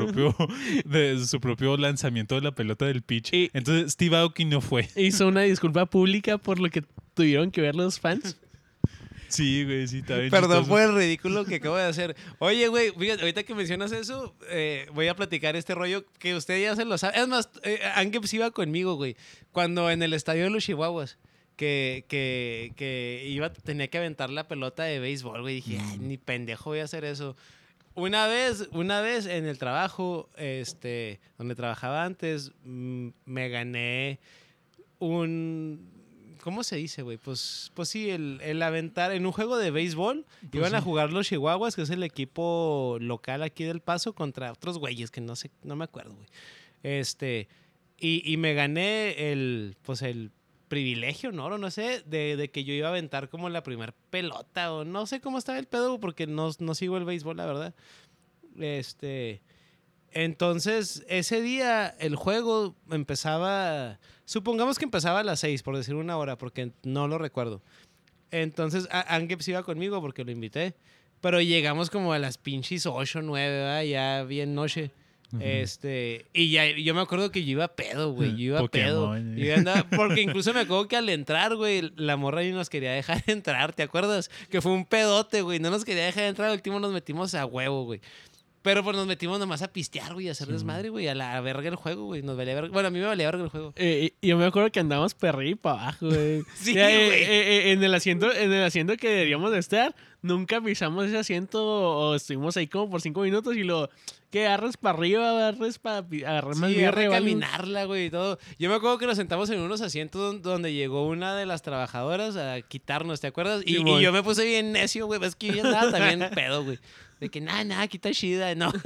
propio lanzamiento de la pelota del pitch. Y- Entonces Steve Aoki no fue. Hizo una disculpa pública por lo que tuvieron que ver los fans. Sí, güey, sí, está bien Perdón chistoso. por el ridículo que acabo de hacer. Oye, güey, fíjate, ahorita que mencionas eso, voy a platicar este rollo que usted ya se lo sabe. Es más, Ángel iba conmigo, güey. Cuando en el estadio de los Chihuahuas, que tenía que aventar la pelota de béisbol, güey. Dije, ay, ni pendejo voy a hacer eso. Una vez en el trabajo, donde trabajaba antes, me gané ¿cómo se dice, güey? Pues sí, el aventar en un juego de béisbol. Pues Iban a sí. jugar los Chihuahuas, que es el equipo local aquí del Paso, contra otros güeyes que no sé, no me acuerdo, güey. Y me gané el privilegio, ¿no? O no sé, de que yo iba a aventar como la primer pelota o no sé cómo estaba el pedo porque no sigo el béisbol, la verdad. Entonces, ese día el juego empezaba, supongamos que empezaba a las 6, por decir una hora, porque no lo recuerdo. Entonces, Ángel iba conmigo porque lo invité, pero llegamos como a las pinches 8, 9, ¿verdad? Ya bien noche. Y ya yo me acuerdo que yo iba pedo, güey. Yo iba pedo. Pokémon, Yo andaba- porque incluso me acuerdo que al entrar, güey, la morra ni nos quería dejar entrar, ¿te acuerdas? Que fue un pedote, güey. No nos quería dejar entrar, al último nos metimos a huevo, güey. Pero pues nos metimos nomás a pistear, güey, a hacer Sí, desmadre, güey, a la verga el juego, güey. Nos valía verga. Bueno, a mí me valía verga el juego. Yo me acuerdo que andábamos para arriba y para abajo, güey. Sí, Ya, güey. en el asiento que deberíamos de estar, nunca pisamos ese asiento o estuvimos ahí como por 5 minutos y que agarras para arriba, agarras para agarrar más Sí, a birria o algo. recaminarla, güey, y todo. Yo me acuerdo que nos sentamos en unos asientos donde llegó una de las trabajadoras a quitarnos, ¿te acuerdas? Y Simón. yo me puse bien necio, güey, es que yo ya andaba también pedo, güey. De que nada, aquí está chida, no.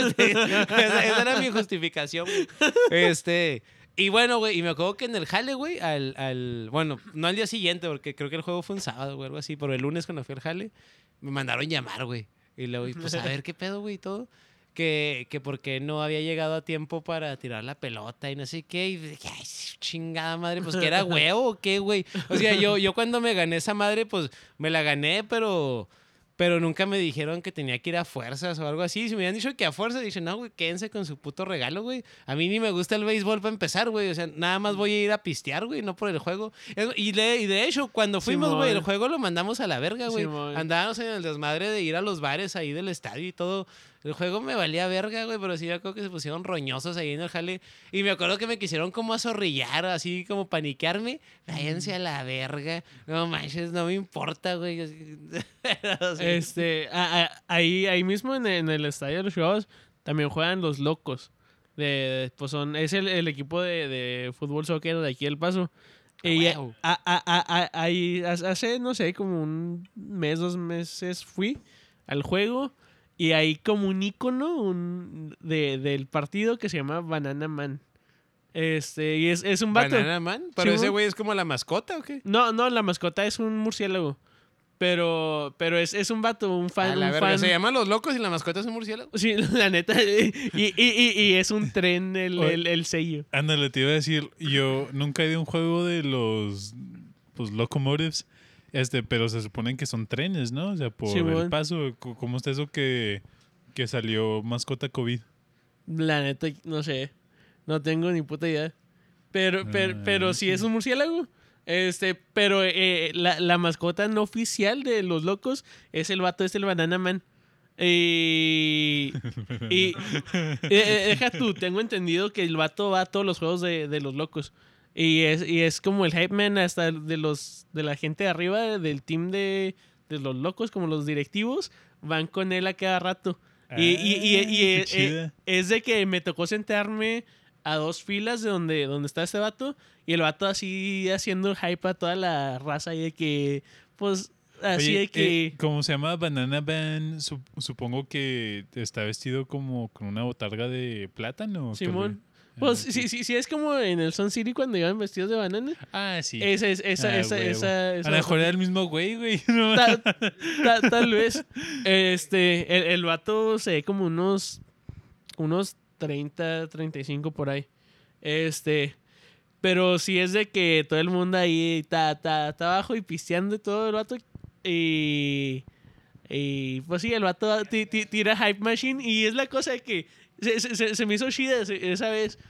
Esa era mi justificación, güey. Y bueno, güey, y me acuerdo que en el jale, güey, bueno, no al día siguiente, porque creo que el juego fue un sábado, güey, algo así, pero el lunes cuando fui al jale, me mandaron llamar, güey. Y luego, y pues a ver qué pedo, güey, y todo. Que porque no había llegado a tiempo para tirar la pelota y no sé qué. Y dije, ay, chingada madre, pues que era huevo o qué, güey. O sea, yo cuando me gané esa madre, pues me la gané, pero nunca me dijeron que tenía que ir a fuerzas o algo así. Si me hubieran dicho que a fuerzas, dije, no, güey, quédense con su puto regalo, güey. A mí ni me gusta el béisbol para empezar, güey. O sea, nada más voy a ir a pistear, güey, no por el juego. Y de hecho, cuando fuimos, güey, el Simón. juego lo mandamos a la verga, güey. Simón. Andábamos en el desmadre de ir a los bares ahí del estadio y todo. El juego me valía verga, güey, pero sí me acuerdo que se pusieron roñosos ahí en el jale. Y me acuerdo que me quisieron como azorrillar, así como paniquearme. Váyanse a la verga. No manches, no me importa, güey. Pero sí. Ahí mismo en el estadio de los Chihuahuas también juegan los Locos. Pues es el equipo de fútbol soccer de aquí del Paso. Y Huevo. ahí hace, no sé, como un mes, 2 meses fui al juego y hay como un icono del partido que se llama Banana Man. Y es un vato. ¿Banana Man? ¿Pero Sí, ese güey. güey es como la mascota o qué? No, la mascota es un murciélago. Pero es un vato, un fan. A la un verga. fan. Se llaman Los Locos y la mascota es un murciélago. Sí, la neta. Y es un tren el sello. Ándale, te iba a decir, yo nunca he ido a un juego de los pues, locomotives, pero se suponen que son trenes, ¿no? O sea, por Sí, el bueno. paso, ¿cómo está eso que salió mascota COVID? La neta, no sé. No tengo ni puta idea. Pero sí es un murciélago. Pero la mascota no oficial de los locos es el vato, es el Banana Man. Y deja tú, tengo entendido que el vato va a todos los juegos de los locos. Y es como el hype man hasta de la gente de arriba del team de los locos, como los directivos, van con él a cada rato. Qué chida. Es de que me tocó sentarme a 2 filas de donde está este vato. Y el vato así haciendo hype a toda la raza y de que, pues, así Oye, de que... ¿cómo se llama Banana Man? Supongo que está vestido como con una botarga de plátano. Simón. ¿Qué? Pues Ah, sí, es como en el Sun City cuando iban vestidos de banana. Ah, sí. Esa. A lo mejor era el mismo güey. No. Tal vez. El vato se ve como unos 30, 35 por ahí. Pero sí es de que todo el mundo ahí está abajo y pisteando y todo el vato. Y pues sí, el vato tira Hype Machine y es la cosa de que se me hizo chida esa vez.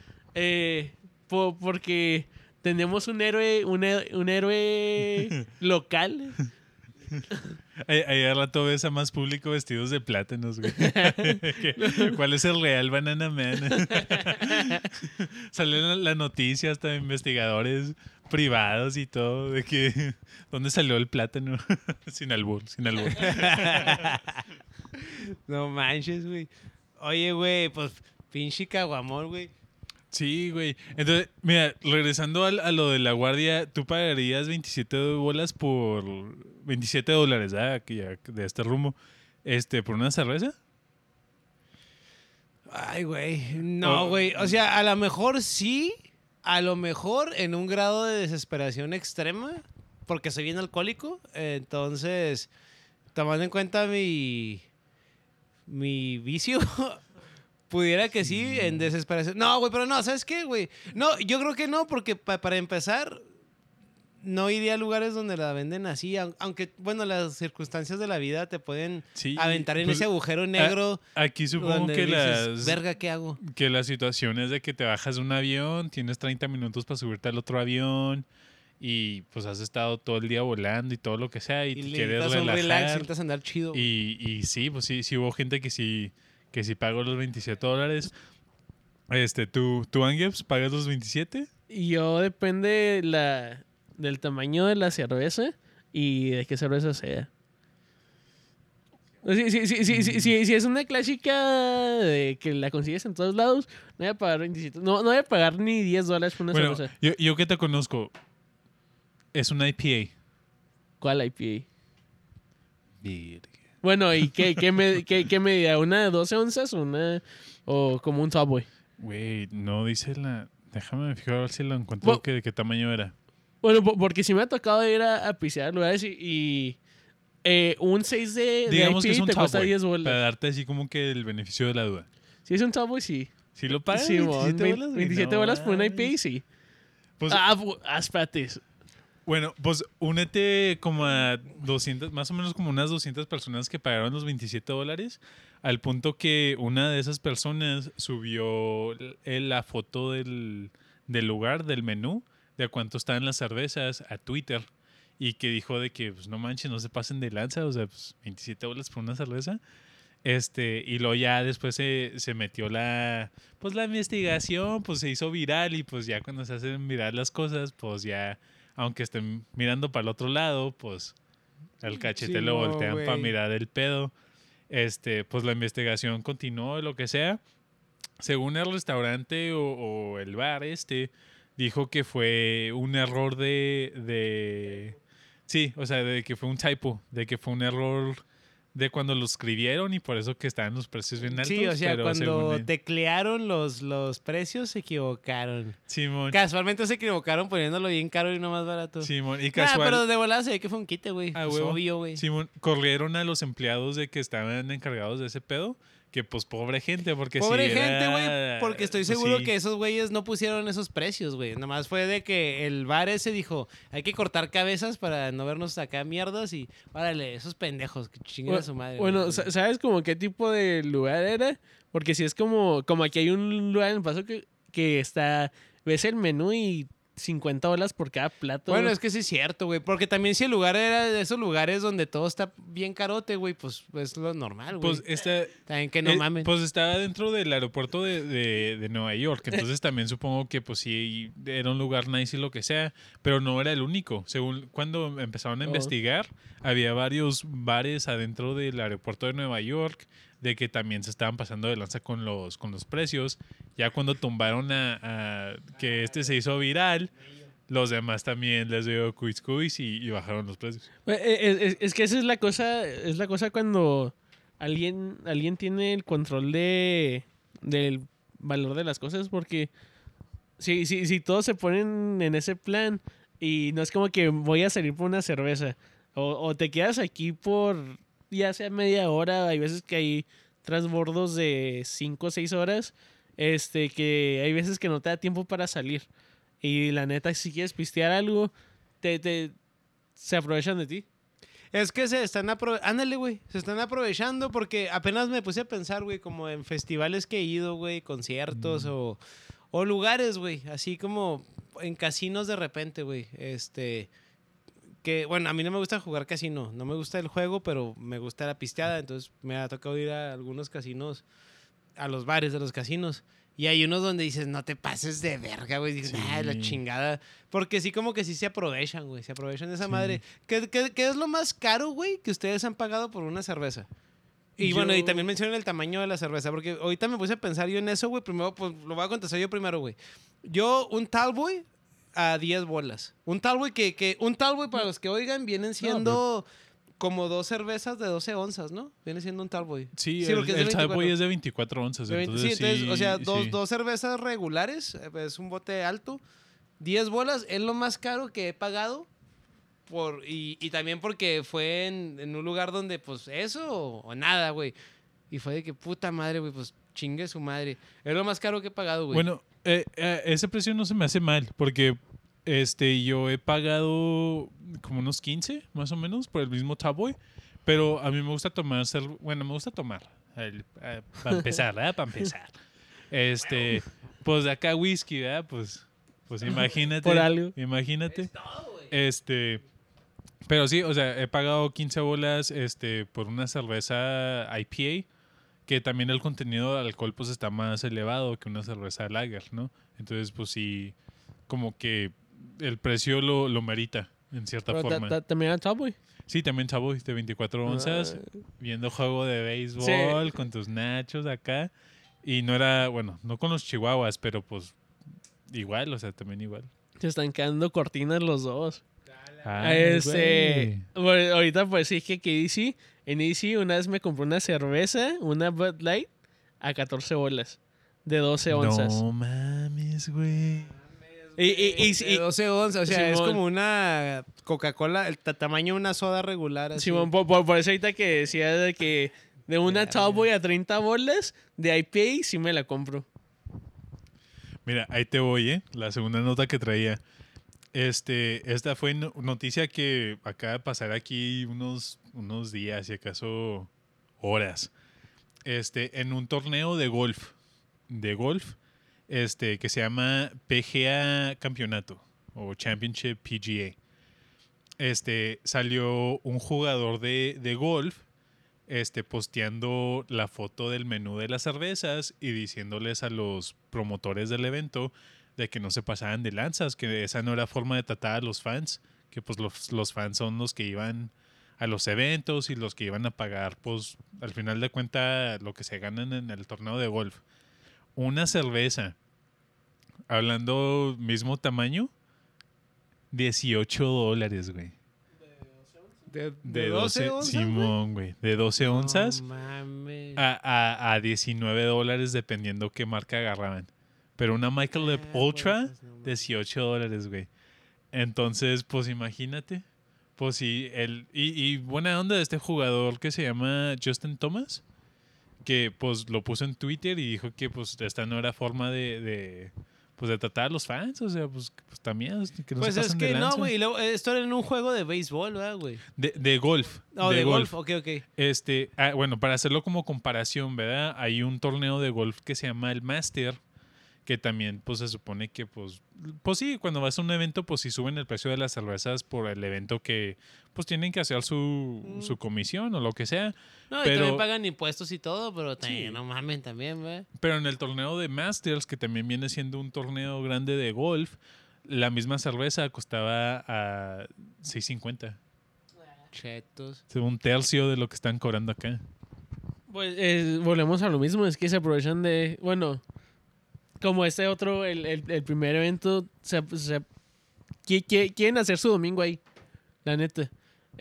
Porque tenemos un héroe local. Ahí al rato ves a más público vestidos de plátanos, güey. ¿Cuál es el real Banana Man? Salen las noticias hasta de investigadores privados y todo, de que ¿dónde salió el plátano? Sin albur. No manches, güey. Oye, güey, pues pinche caguamón, güey. Sí, güey. Entonces, mira, regresando a lo de la guardia, ¿tú pagarías 27 bolas por... 27 dólares, que ya de este rumbo, por una cerveza? Ay, güey. No, O- güey. O sea, a lo mejor sí. A lo mejor en un grado de desesperación extrema. Porque soy bien alcohólico. Entonces, tomando en cuenta mi vicio, pudiera que sí, en desesperación. No, güey, pero no, ¿sabes qué, güey? No, yo creo que no, porque para empezar, no iría a lugares donde la venden así. Aunque, bueno, las circunstancias de la vida te pueden Sí, aventar en pues, ese agujero negro. Aquí supongo Donde que dices, verga, ¿qué hago? que la situación es de que te bajas de un avión, tienes 30 minutos para subirte al otro avión y pues has estado todo el día volando y todo lo que sea y te quieres necesitas un relax, relajar. necesitas andar chido. Y sí, pues sí hubo gente que sí pagó los 27 dólares. ¿Tú Angeps, pagas los 27? Y yo depende del tamaño de la cerveza y de qué cerveza sea. Si es una clásica de que la consigues en todos lados, no voy a pagar 27. No voy a pagar ni 10 dólares por una Bueno, cerveza. yo que te conozco, es una IPA. ¿Cuál IPA? Bueno, ¿y qué medida? ¿Una de 12 onzas o como un Subway? Güey, no dice la... Déjame fijar a ver si lo encuentro de qué tamaño era. Bueno, porque sí me ha tocado ir a pisear lugares un 6 de Digamos IPA que es un te cuesta Subway, 10 bolas. para darte así como que el beneficio de la duda. Si es un Subway, sí. ¿Sí lo pagas? Sí, 27 bolas, güey? 27 No bolas por una mames. IPA, sí. Pues, Espérate. bueno, pues únete como a 200, más o menos como unas 200 personas que pagaron los 27 dólares, al punto que una de esas personas subió la foto del lugar, del menú, de a cuánto estaban las cervezas a Twitter y que dijo de que, pues no manches, no se pasen de lanza, o sea, pues 27 dólares por una cerveza. Y luego ya después se metió pues la investigación, pues se hizo viral y pues ya cuando se hacen viral las cosas, pues ya, aunque estén mirando para el otro lado, pues al cachete lo Simón, voltean para güey. mirar el pedo. Pues la investigación continuó, lo que sea. Según el restaurante o el bar dijo que fue un error sí, o sea, de que fue un typo, de que fue un error de cuando lo escribieron y por eso que estaban los precios bien altos. Sí, o sea, pero cuando según teclearon los precios se equivocaron. Simón, Casualmente se equivocaron poniéndolo bien caro y no más barato. Simón, y Nah, casual, pero de volada se ve que fue un quite, güey. Ah, Pues huevo. obvio, güey. Simón, corrieron a los empleados de que estaban encargados de ese pedo, que pues pobre gente, porque Pobre si gente, era- güey, porque estoy pues, seguro sí. que esos güeyes no pusieron esos precios, güey. Nada más fue de que el bar ese dijo, hay que cortar cabezas para no vernos acá mierdas y, órale, esos pendejos, que chinguen a su madre. Bueno, güey. ¿sabes como qué tipo de lugar era? Porque si es como aquí hay un lugar en el paso que está, ves el menú y 50 bolas por cada plato. Bueno, es que sí es cierto, güey. Porque también si el lugar era de esos lugares donde todo está bien carote, güey, pues es lo normal, güey. Pues También que no mamen. Pues estaba dentro del aeropuerto de Nueva York, entonces también supongo que pues sí era un lugar nice y lo que sea, pero no era el único. Según cuando empezaron a investigar, había varios bares adentro del aeropuerto de Nueva York, de que también se estaban pasando de lanza con los precios. Ya cuando tumbaron a que se hizo viral, los demás también les dio cuis y bajaron los precios. Es que esa es la cosa cuando alguien tiene el control del valor de las cosas, porque si todos se ponen en ese plan y no es como que voy a salir por una cerveza o te quedas aquí por ya sea media hora, hay veces que hay transbordos de 5 o 6 horas, que hay veces que no te da tiempo para salir y la neta si quieres pistear algo se aprovechan de ti. Es que se están aprovechando. Ándale, güey. Se están aprovechando porque apenas me puse a pensar, güey, como en festivales que he ido, güey, conciertos o lugares, güey. Así como en casinos de repente, güey. Que, bueno, a mí no me gusta jugar casino. No me gusta el juego, pero me gusta la pisteada. Entonces me ha tocado ir a algunos casinos, a los bares de los casinos. Y hay unos donde dices, no te pases de verga, güey. Dices, Sí. la chingada. Porque sí, como que sí se aprovechan, güey. Se aprovechan de esa Sí. madre. ¿Qué es lo más caro, güey, que ustedes han pagado por una cerveza? Y bueno, y también mencionan el tamaño de la cerveza, porque ahorita me puse a pensar yo en eso, güey. Primero, pues lo voy a contestar yo primero, güey. Yo, un Tallboy a 10 bolas. Un Tallboy un Tallboy, para los que oigan, vienen siendo como 2 cervezas de 12 onzas, ¿no? Viene siendo un Tallboy. Sí, porque el Tallboy es de 24 onzas. Entonces, o sea, sí. dos cervezas regulares, es un bote alto. 10 bolas es lo más caro que he pagado. Y también porque fue en un lugar donde, pues, eso o nada, güey. Y fue de que puta madre, güey, pues chingue su madre. Es lo más caro que he pagado, güey. Bueno, ese precio no se me hace mal, porque yo he pagado como unos 15, más o menos, por el mismo Tallboy. Pero a mí me gusta tomar, me gusta tomar. Para empezar, ¿verdad? Para empezar. Pues de acá whisky, ¿verdad? Pues imagínate. Por algo. Imagínate. Es todo, güey. Pero sí, o sea, he pagado 15 bolas por una cerveza IPA, que también el contenido de alcohol pues está más elevado que una cerveza lager, ¿no? Entonces, pues sí, como que el precio lo merita, en cierta Pero forma. también era Tallboy. Sí, también Chaboy, de 24 onzas, viendo juego de béisbol, con tus nachos acá. Y no era, bueno, no con los chihuahuas, pero pues igual, o sea, también igual. Se están quedando cortinas los dos. Güey. Bueno, ahorita pues sí que DC. En DC una vez me compré una cerveza, una Bud Light, a 14 bolas. De 12 onzas. No mames, güey. De 12 onzas, o sea, es Simón. como una Coca-Cola, el tamaño de una soda regular. Así. Simón, por eso ahorita que decía de que de una Verga. Tallboy a 30 bolas, de IPA sí me la compro. Mira, ahí te voy, la segunda nota que traía. Esta fue noticia que acaba de pasar aquí unos días, si acaso horas. En un torneo de golf, que se llama PGA Campeonato o Championship PGA. Salió un jugador de golf, posteando la foto del menú de las cervezas y diciéndoles a los promotores del evento de que no se pasaran de lanzas, que esa no era forma de tratar a los fans, que pues los fans son los que iban a los eventos y los que iban a pagar, pues al final de cuentas, lo que se ganan en el torneo de golf. Una cerveza, hablando mismo tamaño, $18, güey. De 12 onzas, Simón, güey. De 12 onzas No mames. a $19, dependiendo qué marca agarraban. Pero una Michelob Ultra, pues, no mames. $18, güey. Entonces, pues imagínate. Pues sí, y buena onda de este jugador que se llama Justin Thomas, que pues lo puso en Twitter y dijo que pues esta no era forma de tratar a los fans, o sea, pues también que no Pues se es pasen de que no, lanza. güey. Esto era en un juego de béisbol, ¿verdad, güey? De golf. No, de golf. Ok, ok. Bueno, para hacerlo como comparación, ¿verdad? Hay un torneo de golf que se llama el Master, que también, pues, se supone que, pues sí, cuando vas a un evento, pues, sí suben el precio de las cervezas por el evento que, pues, tienen que hacer su comisión o lo que sea. No, y Pero- también pagan impuestos y todo, pero también, Sí. no mamen también, güey. Pero en el torneo de Masters, que también viene siendo un torneo grande de golf, la misma cerveza costaba a $6.50. Chetos. Es un tercio de lo que están cobrando acá. Pues volvemos a lo mismo, es que se aprovechan de, bueno, como este otro, el primer evento, quieren hacer su domingo ahí, la neta.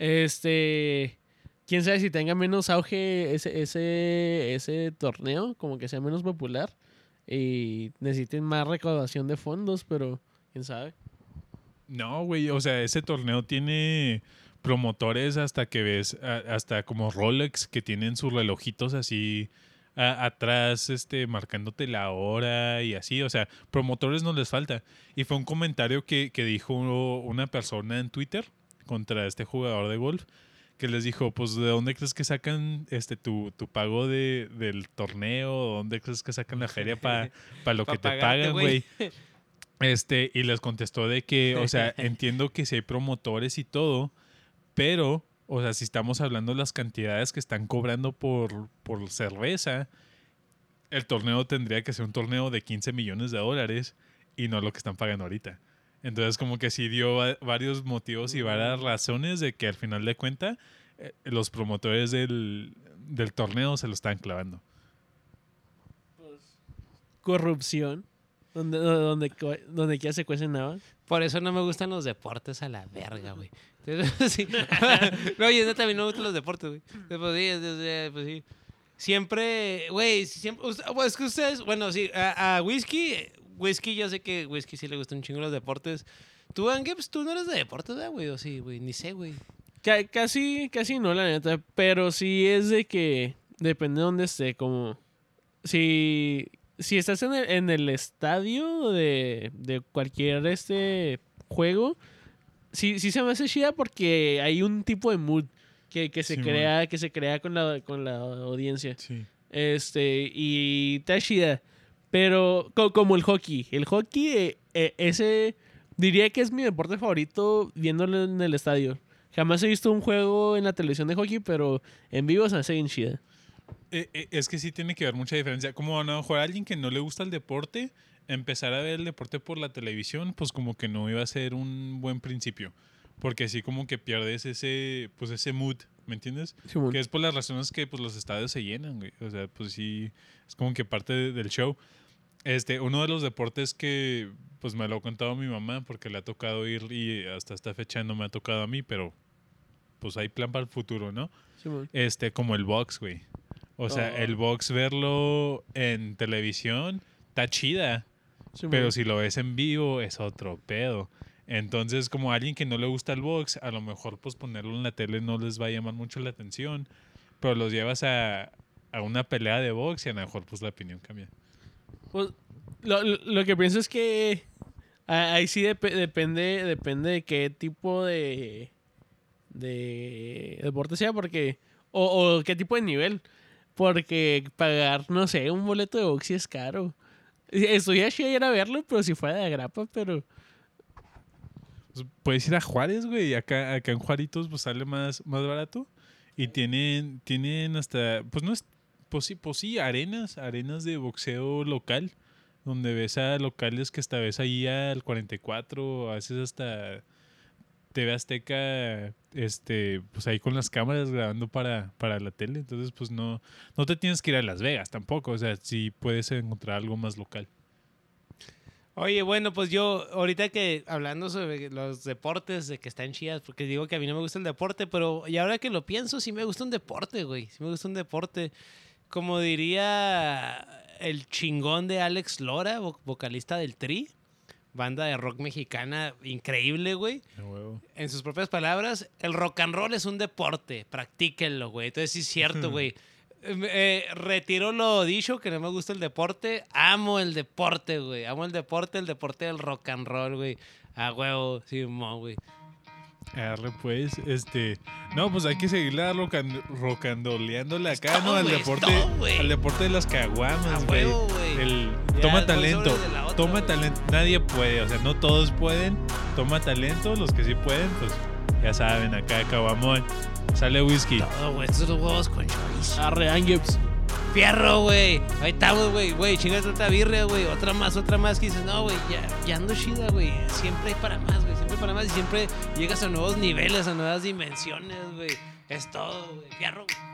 Quién sabe si tenga menos auge ese torneo, como que sea menos popular y necesiten más recaudación de fondos, pero quién sabe. No, güey, o sea, ese torneo tiene promotores hasta que ves, hasta como Rolex, que tienen sus relojitos así atrás, marcándote la hora y así, o sea, promotores no les falta. Y fue un comentario que dijo una persona en Twitter contra este jugador de golf, que les dijo, pues, ¿de dónde crees que sacan tu pago del torneo? ¿Dónde crees que sacan la feria para lo Pa' que te pagarte, pagan, güey. güey? Y les contestó de que, o sea, entiendo que sí hay promotores y todo, pero, o sea, si estamos hablando de las cantidades que están cobrando por cerveza, el torneo tendría que ser un torneo de $15 millones y no lo que están pagando ahorita. Entonces, como que sí dio varios motivos y varias razones de que al final de cuentas, los promotores del torneo se lo estaban clavando. Corrupción. Donde ya se cuecen nada. Por eso no me gustan los deportes a la verga, güey. Entonces, sí. No, oye, no, también no me gustan los deportes, güey. Pues sí. Siempre, güey, siempre... Es que ustedes, bueno, sí, a Whisky, yo sé que Whisky sí le gustan un chingo los deportes. Tú, Angeps, tú no eres de deportes, ¿verdad, güey? O sí, güey, ni sé, güey. Casi no, la neta. Pero sí es de que depende de dónde esté. Como si estás en el estadio de cualquier juego, sí se me hace chida porque hay un tipo de mood que se Sí, crea con la audiencia. Sí. Y está chida. Pero como el hockey. El hockey, ese diría que es mi deporte favorito viéndolo en el estadio. Jamás he visto un juego en la televisión de hockey, pero en vivo se me hace bien chida. Es que sí tiene que haber mucha diferencia. Como a lo mejor a alguien que no le gusta el deporte, empezar a ver el deporte por la televisión, pues como que no iba a ser un buen principio. Porque así como que pierdes ese mood, ¿me entiendes? Simón. Que es por las razones que pues los estadios se llenan, güey. O sea, pues sí, es como que parte del show. Uno de los deportes que pues me lo ha contado mi mamá porque le ha tocado ir y hasta esta fecha no me ha tocado a mí, pero pues hay plan para el futuro, ¿no? Simón. Como el box, güey. O sea, el box verlo en televisión está chida, Simón. pero si lo ves en vivo es otro pedo. Entonces, como a alguien que no le gusta el box, a lo mejor pues ponerlo en la tele no les va a llamar mucho la atención, pero los llevas a una pelea de box y a lo mejor pues la opinión cambia. Pues, lo que pienso es que ahí sí depende de qué tipo de deporte sea, porque o qué tipo de nivel, porque pagar, no sé, un boleto de box sí es caro. Estoy a ir a verlo, pero si fuera de agrapa, pero... Pues, puedes ir a Juárez, güey, acá en Juaritos pues sale más barato y tienen hasta, pues no es, pues sí, arenas de boxeo local, donde ves a locales que hasta ves ahí al 44, a veces hasta TV Azteca, pues ahí con las cámaras grabando para la tele. Entonces, pues no te tienes que ir a Las Vegas tampoco. O sea, sí puedes encontrar algo más local. Oye, bueno, pues yo, ahorita que hablando sobre los deportes, de que están chidas, porque digo que a mí no me gusta el deporte, pero y ahora que lo pienso, sí me gusta un deporte, güey. Sí me gusta un deporte. Como diría el chingón de Alex Lora, vocalista del Tri, banda de rock mexicana increíble, güey. En sus propias palabras, el rock and roll es un deporte, practíquenlo, güey. Entonces sí es cierto, güey. Retiro lo dicho, que no me gusta el deporte. Amo el deporte, güey. Amo el deporte del rock and roll, güey. A huevo, sí, güey. Arre, pues, no, pues hay que seguirla rocandoleándole acá, ¿no? Al deporte de las caguamas, güey. Toma talento, nadie puede, o sea, no todos pueden. Toma talento, los que sí pueden, pues, ya saben, acá caguamón. Sale whisky. Todo, güey, estos son los huevos con chorizo. Arre, Angeps. Fierro, güey. Ahí estamos, güey. Chingate otra birria, güey. Otra más. Que dices, no, güey, ya ando chida, güey. Siempre hay para más, güey. Siempre hay para más. Y siempre llegas a nuevos niveles, a nuevas dimensiones, güey. Es todo, güey. Fierro, güey.